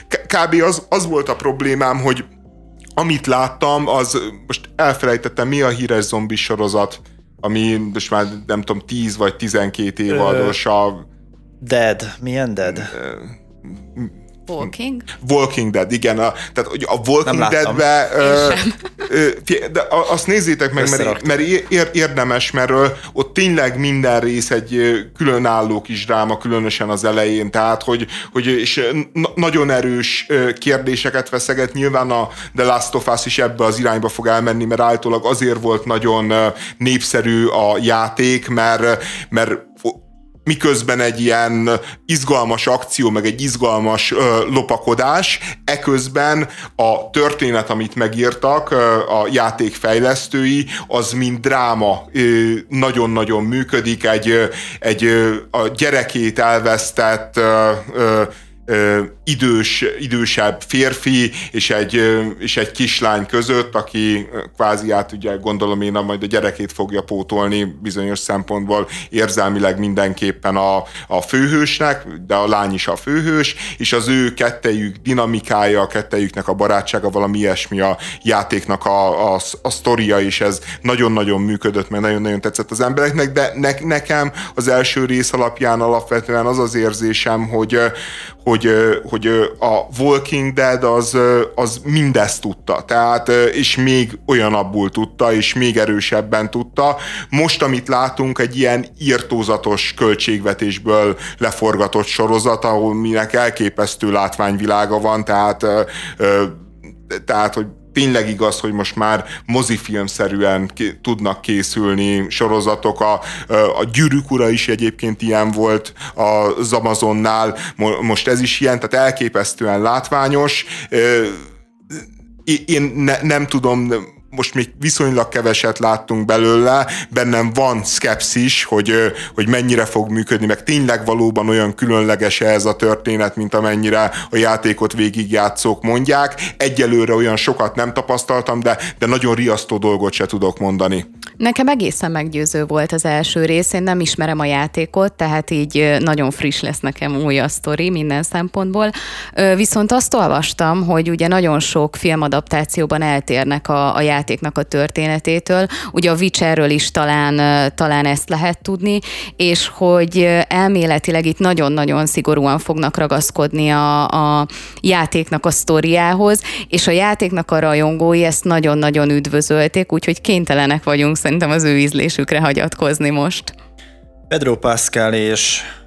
kb. az, az volt a problémám, hogy amit láttam, az most elfelejtettem, mi a híres zombi sorozat, ami most már nem tudom, tíz vagy tizenkét évados a... Dead. Milyen Dead? Walking? Walking Dead, igen. A, tehát a Walking Deadbe... De azt nézzétek meg, mert, mert ér, érdemes, mert ott tényleg minden rész egy különálló kis dráma, különösen az elején, tehát hogy, hogy és nagyon erős kérdéseket veszeget. Nyilván a The Last of Us is ebbe az irányba fog elmenni, mert általában azért volt nagyon népszerű a játék, mert, mert miközben egy ilyen izgalmas akció, meg egy izgalmas ö, lopakodás, eközben a történet, amit megírtak ö, a játék fejlesztői, az mint dráma ö, nagyon-nagyon működik, egy, ö, egy ö, a gyerekét elvesztett ö, ö, Ö, idős, idősebb férfi és egy, ö, és egy kislány között, aki kvázi át ugye gondolom én majd a gyerekét fogja pótolni bizonyos szempontból érzelmileg mindenképpen a, a főhősnek, de a lány is a főhős, és az ő kettejük dinamikája, a kettejüknek a barátsága, valami ilyesmi a játéknak a, a, a sztoria, és ez nagyon-nagyon működött, meg nagyon-nagyon tetszett az embereknek, de ne, nekem az első rész alapján alapvetően az az érzésem, hogy Hogy, hogy a Walking Dead az, az mindezt tudta, tehát, és még olyanabbul tudta, és még erősebben tudta. Most, amit látunk, egy ilyen irtózatos költségvetésből leforgatott sorozat, ahol minek elképesztő látványvilága van, tehát, tehát hogy tényleg igaz, hogy most már mozifilmszerűen k- tudnak készülni sorozatok. A, a Gyűrűk ura is egyébként ilyen volt az Amazonnál, most ez is ilyen, tehát elképesztően látványos. Én ne, nem tudom, most még viszonylag keveset láttunk belőle, bennem van szkepszis, hogy, hogy mennyire fog működni, meg tényleg valóban olyan különleges ez a történet, mint amennyire a játékot végigjátszók mondják. Egyelőre olyan sokat nem tapasztaltam, de, de nagyon riasztó dolgot se tudok mondani. Nekem egészen meggyőző volt az első rész, én nem ismerem a játékot, tehát így nagyon friss lesz nekem új a sztori minden szempontból. Viszont azt olvastam, hogy ugye nagyon sok filmadaptációban eltérnek a, a játéknak a történetétől, ugye a Witcherről is talán, talán ezt lehet tudni, és hogy elméletileg itt nagyon-nagyon szigorúan fognak ragaszkodni a, a játéknak a sztoriához, és a játéknak a rajongói ezt nagyon-nagyon üdvözölték, úgyhogy kénytelenek vagyunk szerintem az ő ízlésükre hagyatkozni most. Pedro Pascal és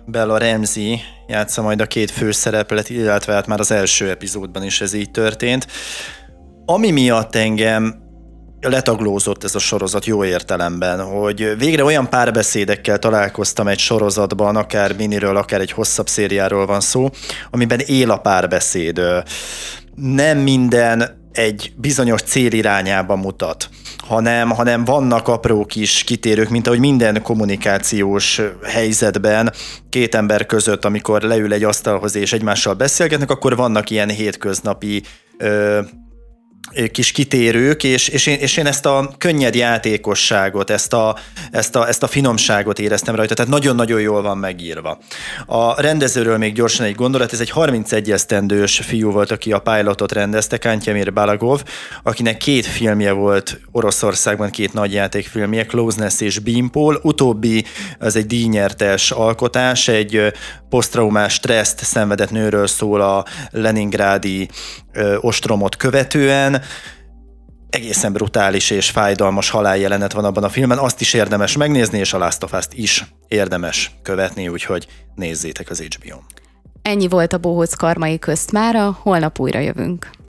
Bella Ramsey játsza majd a két főszereplet, illetve hát már az első epizódban is ez így történt. Ami miatt engem letaglózott ez a sorozat jó értelemben, hogy végre olyan párbeszédekkel találkoztam egy sorozatban, akár miniről, akár egy hosszabb szériáról van szó, amiben él a párbeszéd. Nem minden egy bizonyos cél irányába mutat, hanem, hanem vannak apró kis kitérők, mint ahogy minden kommunikációs helyzetben két ember között, amikor leül egy asztalhoz és egymással beszélgetnek, akkor vannak ilyen hétköznapi ö, kis kitérők, és, és, én, és én ezt a könnyed játékosságot, ezt a, ezt, a, ezt a finomságot éreztem rajta, tehát nagyon-nagyon jól van megírva. A rendezőről még gyorsan egy gondolat, ez egy harmincegy esztendős fiú volt, aki a pilotot rendezte, Kantyemir Balagov, akinek két filmje volt Oroszországban, két nagy játékfilmje, Closeness és Beanpole. Utóbbi az egy díjnyertes alkotás, egy posztraumás stresszt szenvedett nőről szól a leningrádi ö, ostromot követően. Egészen brutális és fájdalmas haláljelenet van abban a filmben, azt is érdemes megnézni, és a Last of Us-t is érdemes követni, úgyhogy nézzétek az há bé ó-n. Ennyi volt a Bohóc Karmai közt mára, holnap újra jövünk.